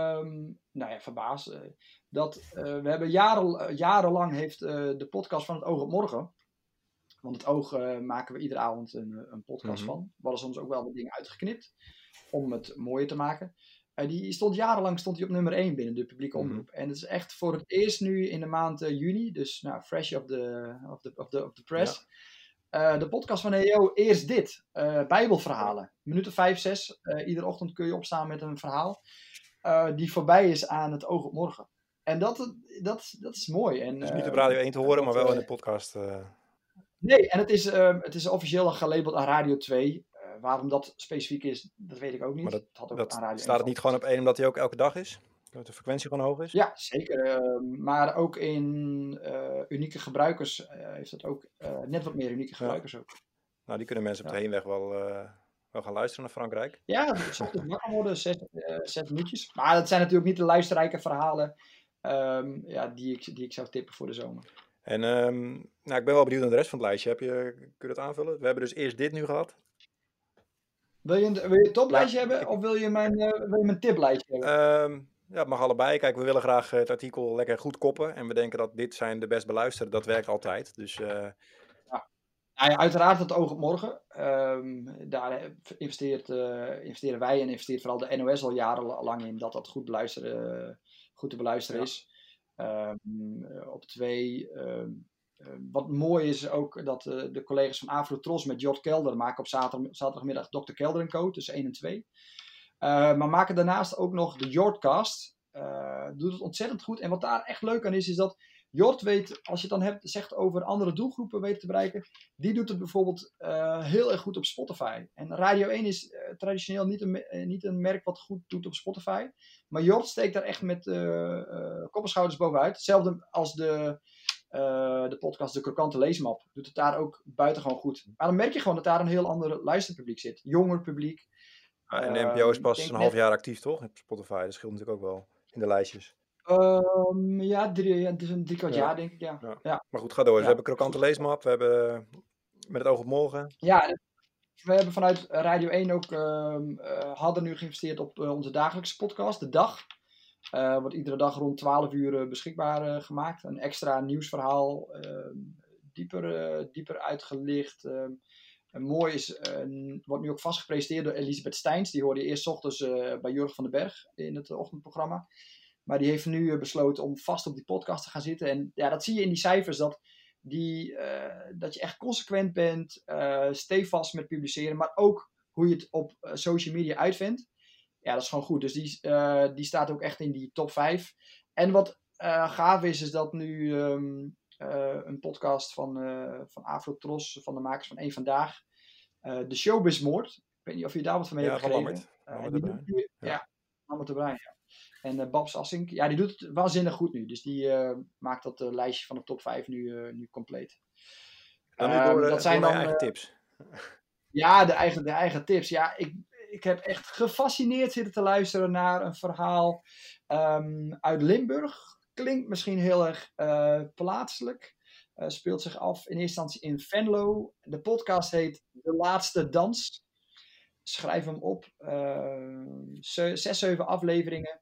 dat we hebben jarenlang heeft de podcast van het Oog op Morgen... Want het Oog maken we iedere avond een podcast van. We hadden soms ook wel wat dingen uitgeknipt. Om het mooier te maken. Jarenlang stond hij op nummer 1 binnen de publieke omroep. En het is echt voor het eerst nu in de maand juni. Dus fresh of the press. Ja. De podcast van EO, Eerst Dit. Bijbelverhalen. Minuten 5, 6. Iedere ochtend kun je opstaan met een verhaal. Die voorbij is aan het Oog op Morgen. En dat is mooi. En, dus niet op Radio 1 te horen, maar wel in de podcast. Nee, en het is officieel gelabeld aan Radio 2. Waarom dat specifiek is, dat weet ik ook niet. Maar dat staat het niet gewoon op 1 omdat hij ook elke dag is? Dat de frequentie gewoon hoog is? Ja, zeker. Maar ook in unieke gebruikers heeft het ook net wat meer unieke gebruikers ook. Nou, die kunnen mensen op de heenweg wel gaan luisteren naar Frankrijk. Ja, het zal toch makkelijk worden, 6 minuutjes. Maar dat zijn natuurlijk niet de luisterrijke verhalen die ik zou tippen voor de zomer. En ik ben wel benieuwd naar de rest van het lijstje. Kun je dat aanvullen? We hebben dus eerst dit nu gehad. Wil je een toplijstje hebben of wil je mijn tiplijstje hebben? Ja, het mag allebei. Kijk, we willen graag het artikel lekker goed koppen. En we denken dat dit zijn de best beluisterde. Dat werkt altijd. Dus... uiteraard het Oog op Morgen. Daar investeren wij en investeert vooral de NOS al jarenlang in dat goed te beluisteren is. Op 2... wat mooi is ook dat de collega's van Afro-Tros met Jort Kelder maken op zaterdagmiddag Dr. Kelder & Co. tussen 1 en 2. Maar maken daarnaast ook nog de Jortcast. Doet het ontzettend goed. En wat daar echt leuk aan is dat Jort weet, als je het dan zegt over andere doelgroepen weten te bereiken, die doet het bijvoorbeeld heel erg goed op Spotify. En Radio 1 is traditioneel niet een merk wat goed doet op Spotify. Maar Jort steekt daar echt met kop en schouders bovenuit. Hetzelfde als de podcast De Krokante Leesmap. Doet het daar ook buitengewoon goed. Maar dan merk je gewoon dat daar een heel ander luisterpubliek zit. Jonger publiek. En de NPO is pas een half jaar actief, toch? Op Spotify. Dat scheelt natuurlijk ook wel in de lijstjes. Het is een 3/4 jaar, denk ik, ja. Maar goed, ga door. Dus we hebben Krokante Leesmap. We hebben Met het Oog op Morgen. Ja, We hebben vanuit Radio 1 ook hadden nu geïnvesteerd op onze dagelijkse podcast, De Dag. Wordt iedere dag rond 12 uur beschikbaar gemaakt. Een extra nieuwsverhaal, dieper uitgelicht. Mooi is, wordt nu ook vast gepresenteerd door Elisabeth Steins. Die hoorde je eerst 's ochtends bij Jurgen van den Berg in het ochtendprogramma. Maar die heeft nu besloten om vast op die podcast te gaan zitten. En ja, dat zie je in die cijfers, dat je echt consequent bent, stevast met publiceren, maar ook hoe je het op social media uitvindt. Ja, dat is gewoon goed. Dus die staat ook echt in die top 5. En wat gaaf is dat nu een podcast van Afrotros, van de makers van Eén Vandaag, de Showbizmoord. Ik weet niet of je daar wat van mee hebt gekregen. Ja, Lammert de Bruin, ja. En Babs Assink, ja, die doet het waanzinnig goed nu. Dus die maakt dat lijstje van de top 5 nu compleet. Dat zijn dan eigen tips. Ja, de eigen tips. Ja, ik heb echt gefascineerd zitten te luisteren naar een verhaal uit Limburg. Klinkt misschien heel erg plaatselijk. Speelt zich af in eerste instantie in Venlo. De podcast heet De Laatste Dans. Schrijf hem op. 6, 7 afleveringen.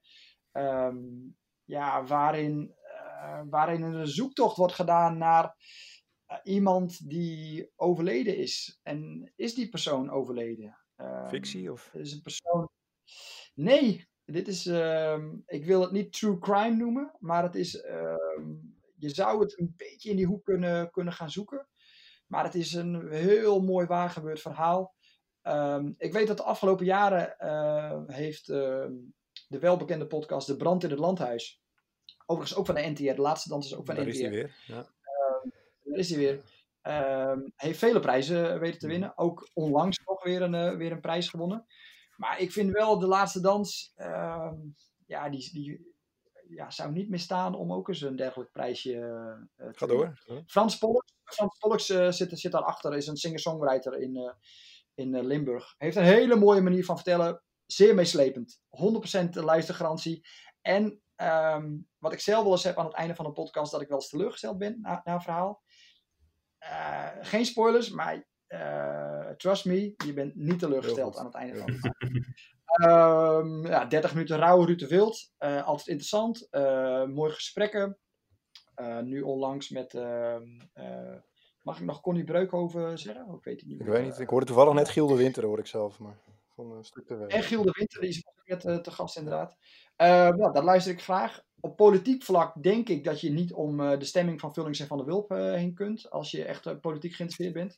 Waarin een zoektocht wordt gedaan naar iemand die overleden is. En is die persoon overleden? Fictie? Of? Is een persoon... Nee, dit is... ik wil het niet true crime noemen, maar het is... je zou het een beetje in die hoek kunnen gaan zoeken. Maar het is een heel mooi waargebeurd verhaal. Ik weet dat de afgelopen jaren heeft de welbekende podcast De Brand in het Landhuis, overigens ook van de NTR, De Laatste Dans is ook van de NTR. Daar is hij weer, ja. Daar is hij weer. Heeft vele prijzen weten te winnen. Ook onlangs nog weer een prijs gewonnen. Maar ik vind wel De Laatste Dans, die zou niet misstaan om ook eens een dergelijk prijsje te Ga door. Frans Pollux zit daarachter, is een singer-songwriter in Limburg. Heeft een hele mooie manier van vertellen. Zeer meeslepend. 100% luistergarantie. En wat ik zelf wel eens heb aan het einde van een podcast, dat ik wel eens teleurgesteld ben na een verhaal. Geen spoilers, maar trust me, je bent niet teleurgesteld aan het einde van het verhaal. 30 minuten rauwe Ruud de Wild. Altijd interessant. Mooie gesprekken. Nu onlangs met... mag ik nog Connie Breukhoven zeggen? Ik weet het niet meer. Ik weet niet. Ik hoorde toevallig net Giel de Winter, hoor ik zelf. Maar van een stuk te en Giel de Winter, die is net te gast inderdaad. Dat luister ik graag. Op politiek vlak denk ik dat je niet om de stemming van Vullings en Van der Wulp heen kunt. Als je echt politiek geïnteresseerd bent.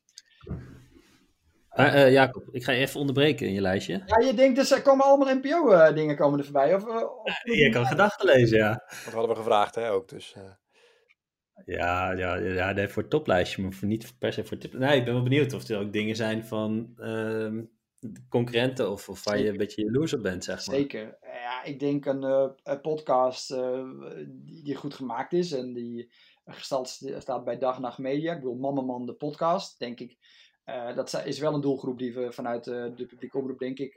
Jacob, ik ga je even onderbreken in je lijstje. Ja, je denkt dus er komen allemaal NPO-dingen komen er voorbij. Je kan gedachten lezen, ja. Dat hadden we gevraagd, hè, ook. Dus, Ja, nee, voor het toplijstje, maar niet per se voor het tip. Nee, ik ben wel benieuwd of er ook dingen zijn van concurrenten of waar je een beetje jaloers op bent, zeg maar. Zeker. Ja, ik denk een podcast die goed gemaakt is en die gesteld staat bij Dag Nacht Media. Ik bedoel, Mammaman, de podcast, denk ik. Dat is wel een doelgroep die we vanuit de publieke omroep, denk ik,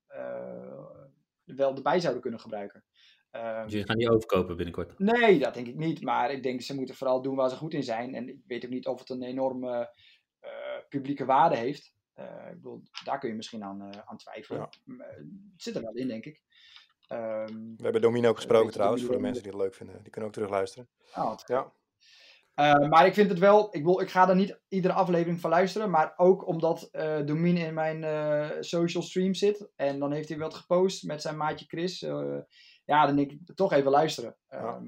wel erbij zouden kunnen gebruiken. Dus je gaat niet overkopen binnenkort? Nee, dat denk ik niet. Maar ik denk ze moeten vooral doen waar ze goed in zijn. En ik weet ook niet of het een enorme publieke waarde heeft. Ik bedoel, daar kun je misschien aan twijfelen. Ja. Het zit er wel in, denk ik. We hebben Domino gesproken trouwens, voor de mensen die het leuk vinden. Die kunnen ook terugluisteren. Ja. Maar ik vind het wel, ik ga er niet iedere aflevering van luisteren, maar ook omdat Domine in mijn social stream zit. En dan heeft hij wat gepost met zijn maatje Chris. Dan denk ik toch even luisteren.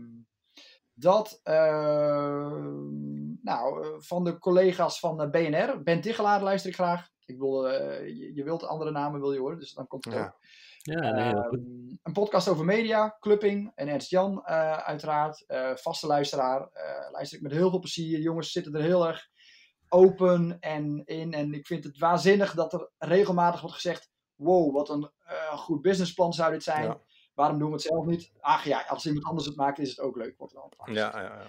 Van de collega's van BNR, Ben Tichelaar luister ik graag. Ik bedoel, je wilt andere namen wil je horen, dus dan komt het ook. Ja, nee, heel goed. Een podcast over media, Clupping en Ernst Jan uiteraard. Vaste luisteraar. Luister ik met heel veel plezier. Jongens zitten er heel erg open en in. En ik vind het waanzinnig dat er regelmatig wordt gezegd: wow, wat een goed businessplan zou dit zijn. Ja. Waarom doen we het zelf niet? Ach ja, als iemand anders het maakt, is het ook leuk. Wordt wel ja.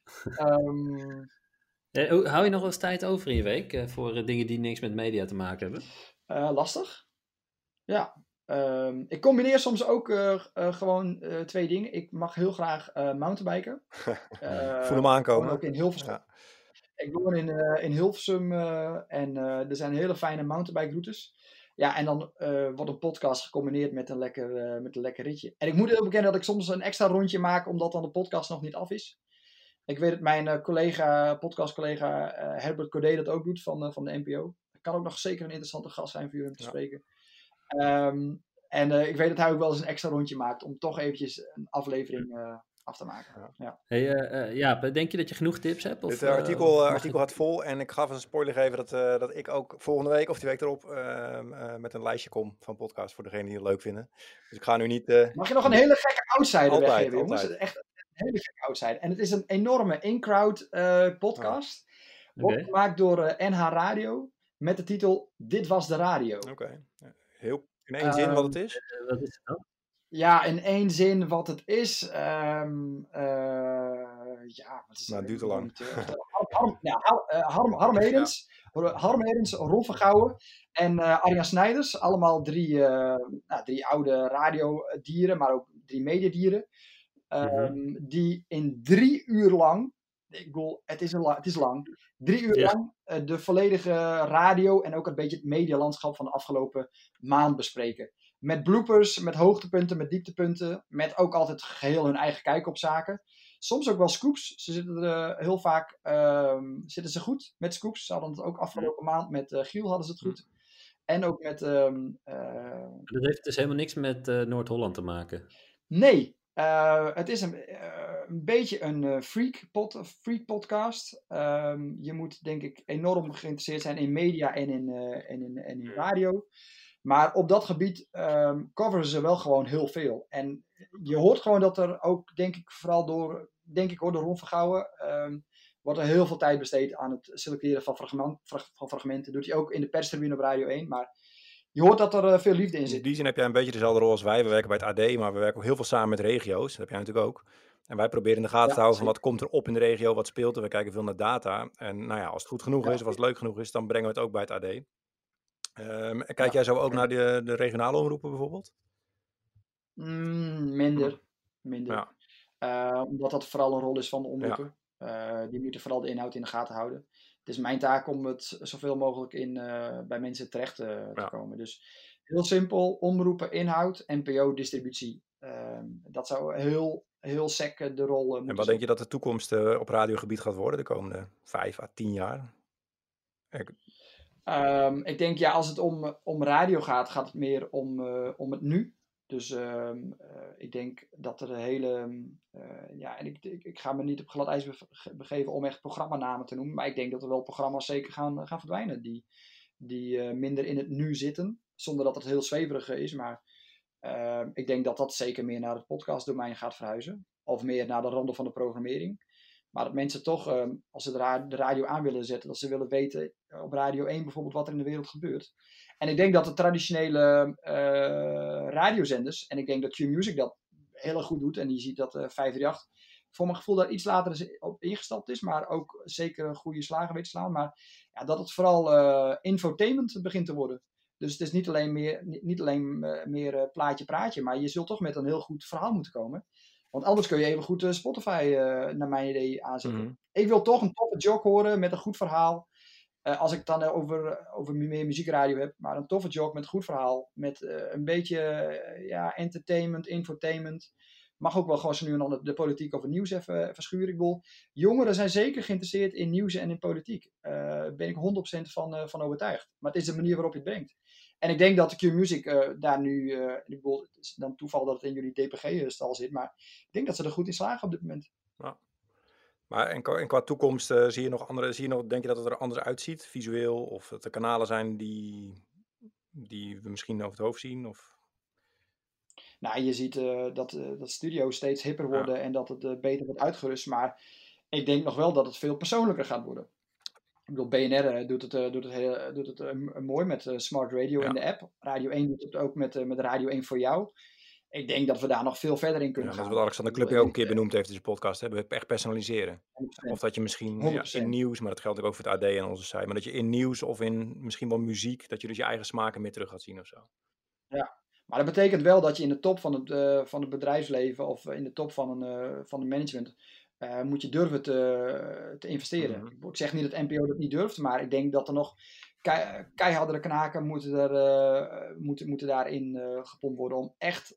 Hou je nog wel eens tijd over in je week voor dingen die niks met media te maken hebben? Lastig. Ja. Ik combineer soms ook gewoon 2 dingen. Ik mag heel graag mountainbiken. Voel hem aankomen. Ook in Hilversum. Ik woon in Hilversum en er zijn hele fijne mountainbike routes. Ja, en dan wordt een podcast gecombineerd met een lekker ritje. En ik moet heel bekennen dat ik soms een extra rondje maak, omdat dan de podcast nog niet af is. Ik weet dat mijn podcastcollega Herbert Codé dat ook doet van de NPO. Dat kan ook nog zeker een interessante gast zijn voor jullie om te spreken. En ik weet dat hij ook wel eens een extra rondje maakt om toch eventjes een aflevering af te maken. Ja. Hey, Jaap, denk je dat je genoeg tips hebt? Dit artikel gaat vol en ik ga een spoiler geven dat ik ook volgende week of die week erop met een lijstje kom van podcasts voor degenen die het leuk vinden. Dus ik ga nu niet... Mag je nog een hele gekke outsider Altijd, weggeven, jongens? altijd. Echt een hele gekke outsider. En het is een enorme in-crowd podcast. Wordt gemaakt door NH Radio met de titel Dit was de radio. Oké. Heel in één zin wat het is? Wat is het dan? Ja, in één zin wat het is. Ja, wat is het duurt te lang. Harm Edens, Ron Vergouwen en Arjan Snijders. Allemaal drie oude radiodieren, maar ook 3 mediadieren. Die in 3 uur lang, ik bedoel, het is lang, 3 uur lang de volledige radio en ook een beetje het medialandschap van de afgelopen maand bespreken. Met bloopers, met hoogtepunten, met dieptepunten. Met ook altijd geheel hun eigen kijk op zaken. Soms ook wel scoops. Ze zitten er heel vaak zitten ze goed met scoops. Ze hadden het ook afgelopen maand met Giel hadden ze het goed. En ook met... Dat heeft dus helemaal niks met Noord-Holland te maken. Nee. Het is een beetje een freak podcast. Je moet denk ik enorm geïnteresseerd zijn in media en in radio. Maar op dat gebied coveren ze wel gewoon heel veel. En je hoort gewoon dat er ook, denk ik, vooral door Ron Vergouwen, wordt er heel veel tijd besteed aan het selecteren van fragmenten. Doet hij ook in de perstribune op Radio 1. Maar je hoort dat er veel liefde in zit. In die zin heb jij een beetje dezelfde rol als wij. We werken bij het AD, maar we werken ook heel veel samen met regio's. Dat heb jij natuurlijk ook. En wij proberen in de gaten te houden van wat komt er op in de regio, wat speelt er. We kijken veel naar data. En nou ja, als het goed genoeg is of als het leuk genoeg is, dan brengen we het ook bij het AD. Kijk jij zo ook naar de regionale omroepen bijvoorbeeld? Minder. Ja. Omdat dat vooral een rol is van de omroepen. Die moeten vooral de inhoud in de gaten houden. Het is mijn taak om het zoveel mogelijk bij mensen terecht te komen. Dus heel simpel, omroepen, inhoud, NPO, distributie. Dat zou heel sec de rol moeten En wat denk je dat de toekomst op radiogebied gaat worden de komende 5 à 10 jaar? Ik denk, als het om radio gaat het meer om het nu. Dus ik denk dat er en ik ga me niet op glad ijs begeven om echt programmanamen te noemen. Maar ik denk dat er wel programma's zeker gaan verdwijnen die minder in het nu zitten. Zonder dat het heel zweverig is. Maar ik denk dat dat zeker meer naar het podcastdomein gaat verhuizen. Of meer naar de randen van de programmering. Maar dat mensen toch, als ze de radio aan willen zetten, dat ze willen weten op Radio 1 bijvoorbeeld wat er in de wereld gebeurt. En ik denk dat de traditionele radiozenders, en ik denk dat Q-Music dat heel erg goed doet, en je ziet dat 538 voor mijn gevoel daar iets later op ingestapt is, maar ook zeker goede slagen weet te slaan. Maar dat het vooral infotainment begint te worden. Dus het is niet alleen meer plaatje, maar je zult toch met een heel goed verhaal moeten komen. Want anders kun je even goed Spotify naar mijn idee aanzetten. Ik wil toch een toffe jog horen met een goed verhaal. Als ik het dan over meer muziekradio heb. Maar een toffe jog met een goed verhaal. Met een beetje entertainment, infotainment. Mag ook wel gewoon zo nu en dan de politiek of het nieuws even schuren. Ik bedoel, jongeren zijn zeker geïnteresseerd in nieuws en in politiek. Daar ben ik 100% van overtuigd. Maar het is de manier waarop je het brengt. En ik denk dat de Q-Music daar nu... ik bedoel, het is dan toeval dat het in jullie DPG-stal zit. Maar ik denk dat ze er goed in slagen op dit moment. Ja. Maar en qua toekomst zie je nog, denk je dat het er anders uitziet? Visueel? Of dat er kanalen zijn die we misschien over het hoofd zien? Of... Nou, je ziet dat studio's steeds hipper worden en dat het beter wordt uitgerust. Maar ik denk nog wel dat het veel persoonlijker gaat worden. Ik bedoel, BNR doet het mooi met Smart Radio in de app. Radio 1 doet het ook met Radio 1 voor jou. Ik denk dat we daar nog veel verder in kunnen gaan. Dat is wat Alexander Klupping ook een keer benoemd heeft in zijn podcast. We echt personaliseren. 100%. Of dat je misschien in nieuws, maar dat geldt ook voor het AD en onze site. Maar dat je in nieuws of in misschien wel muziek, dat je dus je eigen smaken meer terug gaat zien of zo. Ja, maar dat betekent wel dat je in de top van het bedrijfsleven of in de top van de management moet je durven te investeren. Mhm. Ik zeg niet dat NPO dat niet durft, maar ik denk dat er nog keihardere knaken moeten daarin gepompt worden om echt,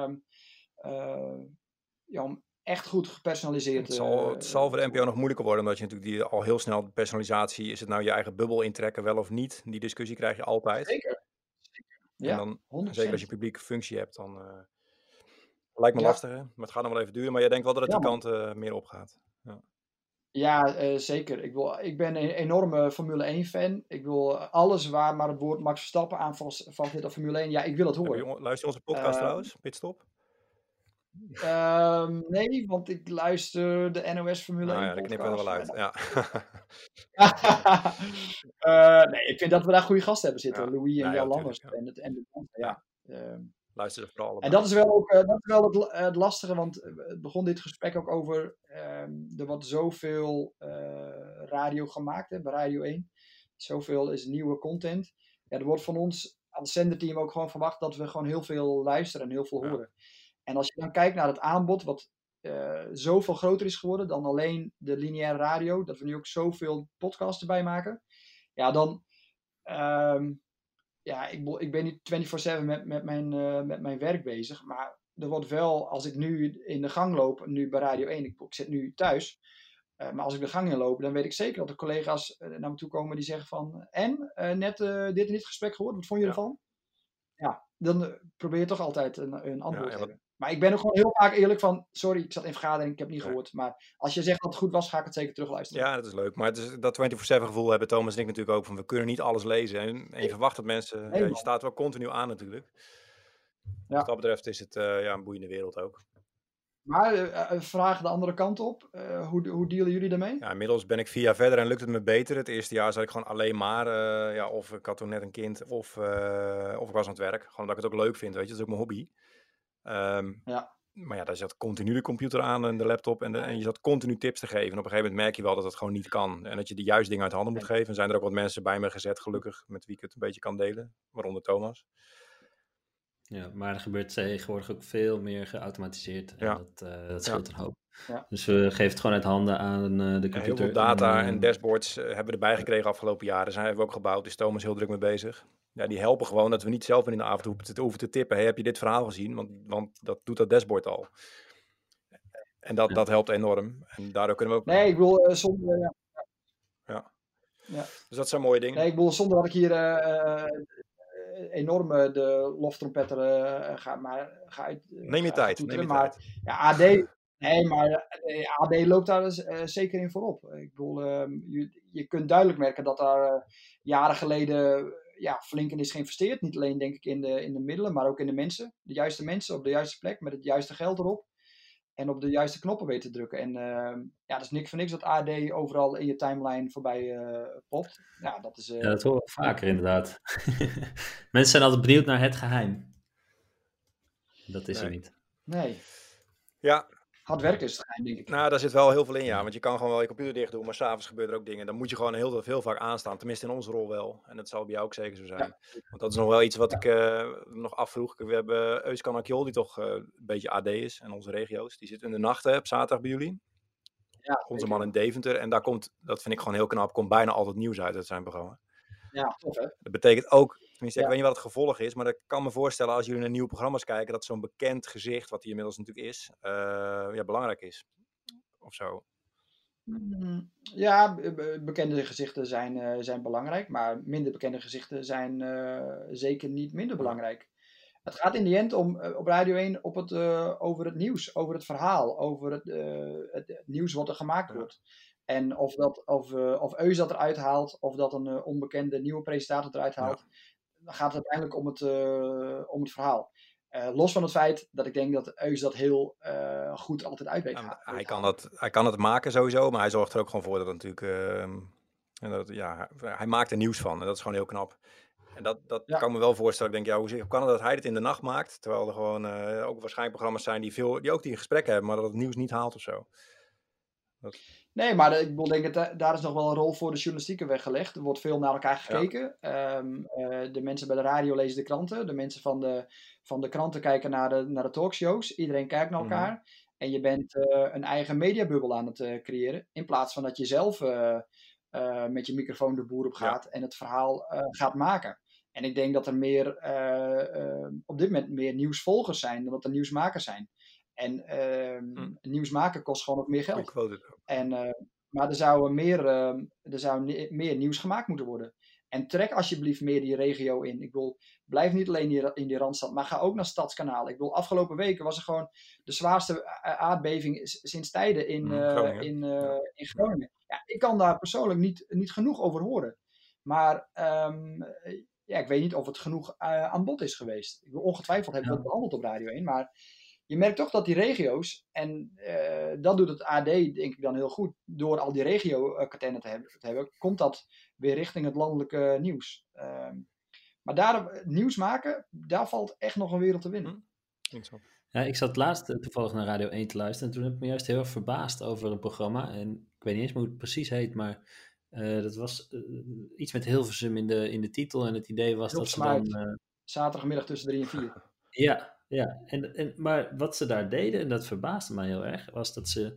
om echt goed gepersonaliseerd Het zal voor de te NPO nog worden. moeilijker worden, omdat je natuurlijk die al heel snel personalisatie, is het nou je eigen bubbel intrekken, wel of niet? Die discussie krijg je altijd. Zeker, En ja, dan, zeker als je 100%. publieke functie hebt, dan lijkt me Ja, lastig, hè? Maar het gaat nog wel even duren. Maar jij denkt wel dat het ja, die man. kant meer opgaat. Ja. Ja, zeker. Ik ben een enorme Formule 1 fan. Ik wil alles waar maar het woord Max Verstappen aan vast dit op Formule 1. Ja, ik wil het horen. Luister je onze podcast Uh, trouwens, Pitstop? Nee, want ik luister de NOS Formule Nou 1 ja, dat knippen we er podcast. wel uit. Ja. Nee, ik vind dat we daar goede gasten hebben zitten. Ja. Louis en Nee, Jan natuurlijk. Lammers en de Ja. ja. Luister er vooral En allebei. dat is wel ook dat is wel het lastige, want het begon dit gesprek ook over, er wordt zoveel radio gemaakt hè, bij Radio 1. Zoveel is nieuwe content. Ja, er wordt van ons als zenderteam ook gewoon verwacht dat we gewoon heel veel luisteren en heel veel Ja. horen. En als je dan kijkt naar het aanbod, wat zoveel groter is geworden dan alleen de lineaire radio, dat we nu ook zoveel podcasts erbij maken, ja, dan... ja, ik ben niet 24/7 met mijn werk bezig. Maar er wordt wel, als ik nu in de gang loop, nu bij Radio 1, ik zit nu thuis. Maar als ik de gang in loop, dan weet ik zeker dat er collega's naar me toe komen die zeggen van... net dit en dit gesprek gehoord, wat vond je ervan? Ja, dan probeer je toch altijd een antwoord te hebben. Maar ik ben ook gewoon heel vaak eerlijk van... Sorry, ik zat in vergadering, ik heb niet gehoord. Maar als je zegt dat het goed was, ga ik het zeker terugluisteren. Ja, dat is leuk. Maar het is, dat 24/7 gevoel hebben Thomas en ik natuurlijk ook. Van we kunnen niet alles lezen. En je verwacht dat mensen... Nee, je staat wel continu aan natuurlijk. Ja. Wat dat betreft is het een boeiende wereld ook. Maar vraag de andere kant op. Hoe dealen jullie daarmee? Ja, inmiddels ben ik 4 jaar verder en lukt het me beter. Het eerste jaar zat ik gewoon alleen maar... of ik had toen net een kind of ik was aan het werk. Gewoon omdat ik het ook leuk vind, weet je. Dat is ook mijn hobby. Ja. Maar ja, daar zat continu de computer aan en de laptop en je zat continu tips te geven. En op een gegeven moment merk je wel dat het gewoon niet kan. En dat je de juiste dingen uit handen moet geven. En zijn er ook wat mensen bij me gezet, gelukkig, met wie ik het een beetje kan delen. Waaronder Thomas. Ja, maar er gebeurt tegenwoordig ook veel meer geautomatiseerd. En Ja. dat scheelt een hoop. Ja. Dus we geven het gewoon uit handen aan de computer. Heel veel data en dashboards hebben we erbij gekregen afgelopen jaren. Zijn hebben we ook gebouwd. Dus Thomas is heel druk mee bezig. Ja, die helpen gewoon dat we niet zelf in de avond hoeven te tippen. Hey, heb je dit verhaal gezien? Want dat doet dat dashboard al. En dat helpt enorm. En daardoor kunnen we ook... Nee, ik bedoel, zonder... Ja. Ja. Dus dat zijn mooie dingen. Nee, ik bedoel, zonder dat ik hier enorm de loftrompetter ga uit... Neem je tijd, neem je maar, tijd. Ja, AD... Nee, maar AD loopt daar zeker in voorop. Ik bedoel, je kunt duidelijk merken dat daar jaren geleden flink in is geïnvesteerd. Niet alleen denk ik in de middelen, maar ook in de mensen. De juiste mensen op de juiste plek, met het juiste geld erop. En op de juiste knoppen weten te drukken. En dat is niks voor niks dat AD overal in je timeline voorbij popt. Ja, dat is... ja, dat horen we vaker inderdaad. Mensen zijn altijd benieuwd naar het geheim. Dat is er niet. Nee. Ja. Hard werken is het geheim, denk ik. Nou, daar zit wel heel veel in, ja. Want je kan gewoon wel je computer dicht doen, maar s'avonds gebeuren er ook dingen. Dan moet je gewoon heel vaak aanstaan. Tenminste in onze rol wel. En dat zal bij jou ook zeker zo zijn. Ja. Want dat is nog wel iets wat ik nog afvroeg. We hebben Euskan Akjol, die toch een beetje AD is. En onze regio's. Die zit in de nachten op zaterdag bij jullie. Ja, onze man in Deventer. En daar komt, dat vind ik gewoon heel knap, komt bijna altijd nieuws uit zijn programma. Ja, tof hè. Dat betekent ook, tenminste ik weet niet wat het gevolg is, maar ik kan me voorstellen als jullie naar nieuwe programma's kijken, dat zo'n bekend gezicht, wat hij inmiddels natuurlijk is, belangrijk is. Of zo. Ja, bekende gezichten zijn belangrijk, maar minder bekende gezichten zijn zeker niet minder belangrijk. Het gaat in de end om op Radio 1 over het nieuws, over het verhaal, over het nieuws wat er gemaakt wordt. En of Eus dat eruit haalt, of dat een onbekende nieuwe presentator eruit haalt, dan gaat het uiteindelijk om het verhaal. Los van het feit dat ik denk dat Eus dat heel goed altijd uit weet. Hij kan het maken sowieso, maar hij zorgt er ook gewoon voor dat het natuurlijk... hij maakt er nieuws van en dat is gewoon heel knap. En dat kan ik me wel voorstellen. Ik denk, hoe kan het dat hij het in de nacht maakt? Terwijl er gewoon ook waarschijnlijk programma's zijn die ook die gesprekken hebben, maar dat het nieuws niet haalt of zo. Nee, maar ik denk dat daar is nog wel een rol voor de journalistieke weggelegd. Er wordt veel naar elkaar gekeken. Ja. De mensen bij de radio lezen de kranten. De mensen van de kranten kijken naar de talkshows. Iedereen kijkt naar elkaar. En je bent een eigen mediabubbel aan het creëren. In plaats van dat je zelf met je microfoon de boer op gaat en het verhaal gaat maken. En ik denk dat er op dit moment meer nieuwsvolgers zijn dan dat er nieuwsmakers zijn. En nieuws maken kost gewoon ook meer geld. Maar er zou meer nieuws gemaakt moeten worden. En trek alsjeblieft meer die regio in. Ik bedoel, blijf niet alleen in die Randstad, maar ga ook naar stadskanalen. Ik bedoel, afgelopen weken was er gewoon de zwaarste aardbeving sinds tijden in Groningen. Ja, ik kan daar persoonlijk niet genoeg over horen. Maar ik weet niet of het genoeg aan bod is geweest. Ongetwijfeld hebben we het behandeld op Radio 1, maar je merkt toch dat die regio's, en dat doet het AD denk ik dan heel goed, door al die regio-katennen te hebben, komt dat weer richting het landelijke nieuws. Maar daar nieuws maken, daar valt echt nog een wereld te winnen. Ja, ik zat laatst toevallig naar Radio 1 te luisteren en toen heb ik me juist heel erg verbaasd over een programma. En ik weet niet eens hoe het precies heet, maar dat was iets met Hilversum in de titel. En het idee was dat ze dan... zaterdagmiddag tussen 3 en 4. Ja. Maar wat ze daar deden, en dat verbaasde mij heel erg, was dat ze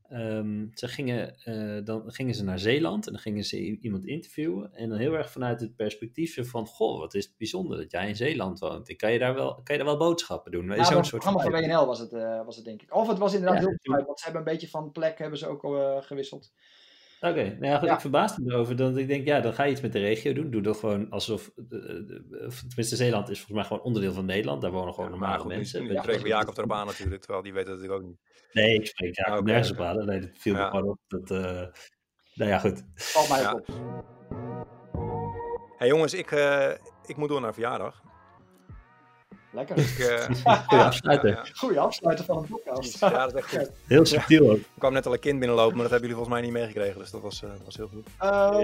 gingen ze naar Zeeland en dan gingen ze iemand interviewen. En dan heel erg vanuit het perspectief van, goh, wat is het bijzonder dat jij in Zeeland woont. Kan je daar wel boodschappen doen? Ja, dat programma van WNL was het denk ik. Of het was inderdaad heel fijn, want ze hebben een beetje van plek hebben ze ook al gewisseld. Oké, nou ja, goed, ik verbaasde me erover dat ik denk, dan ga je iets met de regio doen. Doe dat gewoon alsof, tenminste Zeeland is volgens mij gewoon onderdeel van Nederland. Daar wonen gewoon normale mensen. Nu spreken we Jacob erop aan natuurlijk, terwijl die weet dat natuurlijk ook niet. Nee, ik spreek Jacob nergens op aan. Nee, dat viel me gewoon op. Nou ja, goed. Valt mij op. Hey jongens, ik moet door naar verjaardag. Lekker. Goeie afsluiter. Goeie afsluiter van een podcast. Ja, dat is echt goed. Heel subtiel ook. Er kwam net al een kind binnenlopen, maar dat hebben jullie volgens mij niet meegekregen. Dus dat was heel goed.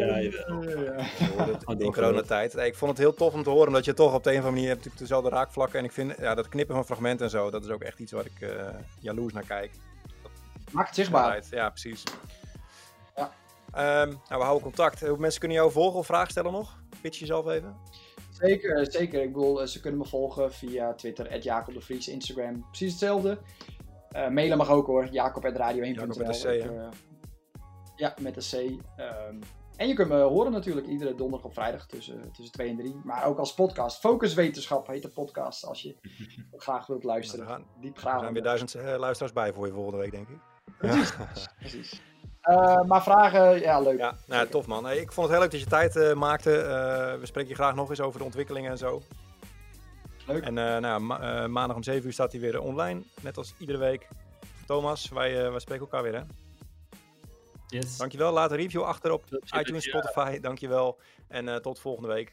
In coronatijd. Ik vond het heel tof om te horen, omdat je toch op de een of andere manier hebt natuurlijk dezelfde raakvlakken. En ik vind dat knippen van fragmenten en zo, dat is ook echt iets waar ik jaloers naar kijk. Maakt het zichtbaar. Ja, precies. Ja. We houden contact. Hoe mensen kunnen jou volgen of vragen stellen nog? Pitch jezelf even. Zeker. Ik bedoel, ze kunnen me volgen via Twitter, @Jacob de Vries, Instagram, precies hetzelfde. Mailen mag ook hoor, jacob@radio1.nl. Jacob met een C, ja, met een C. En je kunt me horen natuurlijk iedere donderdag of vrijdag tussen 2 en 3. Maar ook als podcast. Focus Wetenschap heet de podcast als je graag wilt luisteren. Er zijn weer 1000 luisteraars bij voor je volgende week, denk ik. Precies. Maar vragen, ja, leuk. Ja, nou, tof man. Hey, ik vond het heel leuk dat je tijd maakte. We spreken je graag nog eens over de ontwikkelingen en zo. Leuk. En maandag om 7 uur staat hij weer online. Net als iedere week. Thomas, wij spreken elkaar weer, hè? Yes. Dankjewel. Laat een review achter op iTunes, Spotify. Dankjewel. En tot volgende week.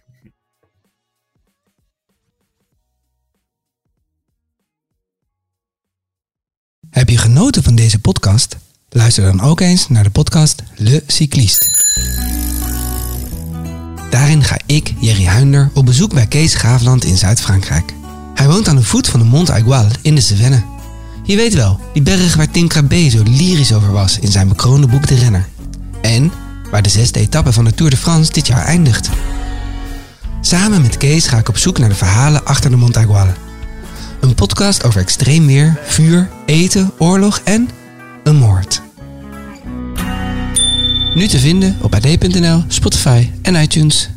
Heb je genoten van deze podcast? Luister dan ook eens naar de podcast Le Cycliste. Daarin ga ik, Jerry Huinder, op bezoek bij Kees Graafland in Zuid-Frankrijk. Hij woont aan de voet van de Mont Aiguille in de Cevennes. Je weet wel, die berg waar Tim Krabbe zo lyrisch over was in zijn bekroonde boek De Renner. En waar de 6e etappe van de Tour de France dit jaar eindigt. Samen met Kees ga ik op zoek naar de verhalen achter de Mont Aiguille. Een podcast over extreem weer, vuur, eten, oorlog en een moord. Nu te vinden op ad.nl, Spotify en iTunes.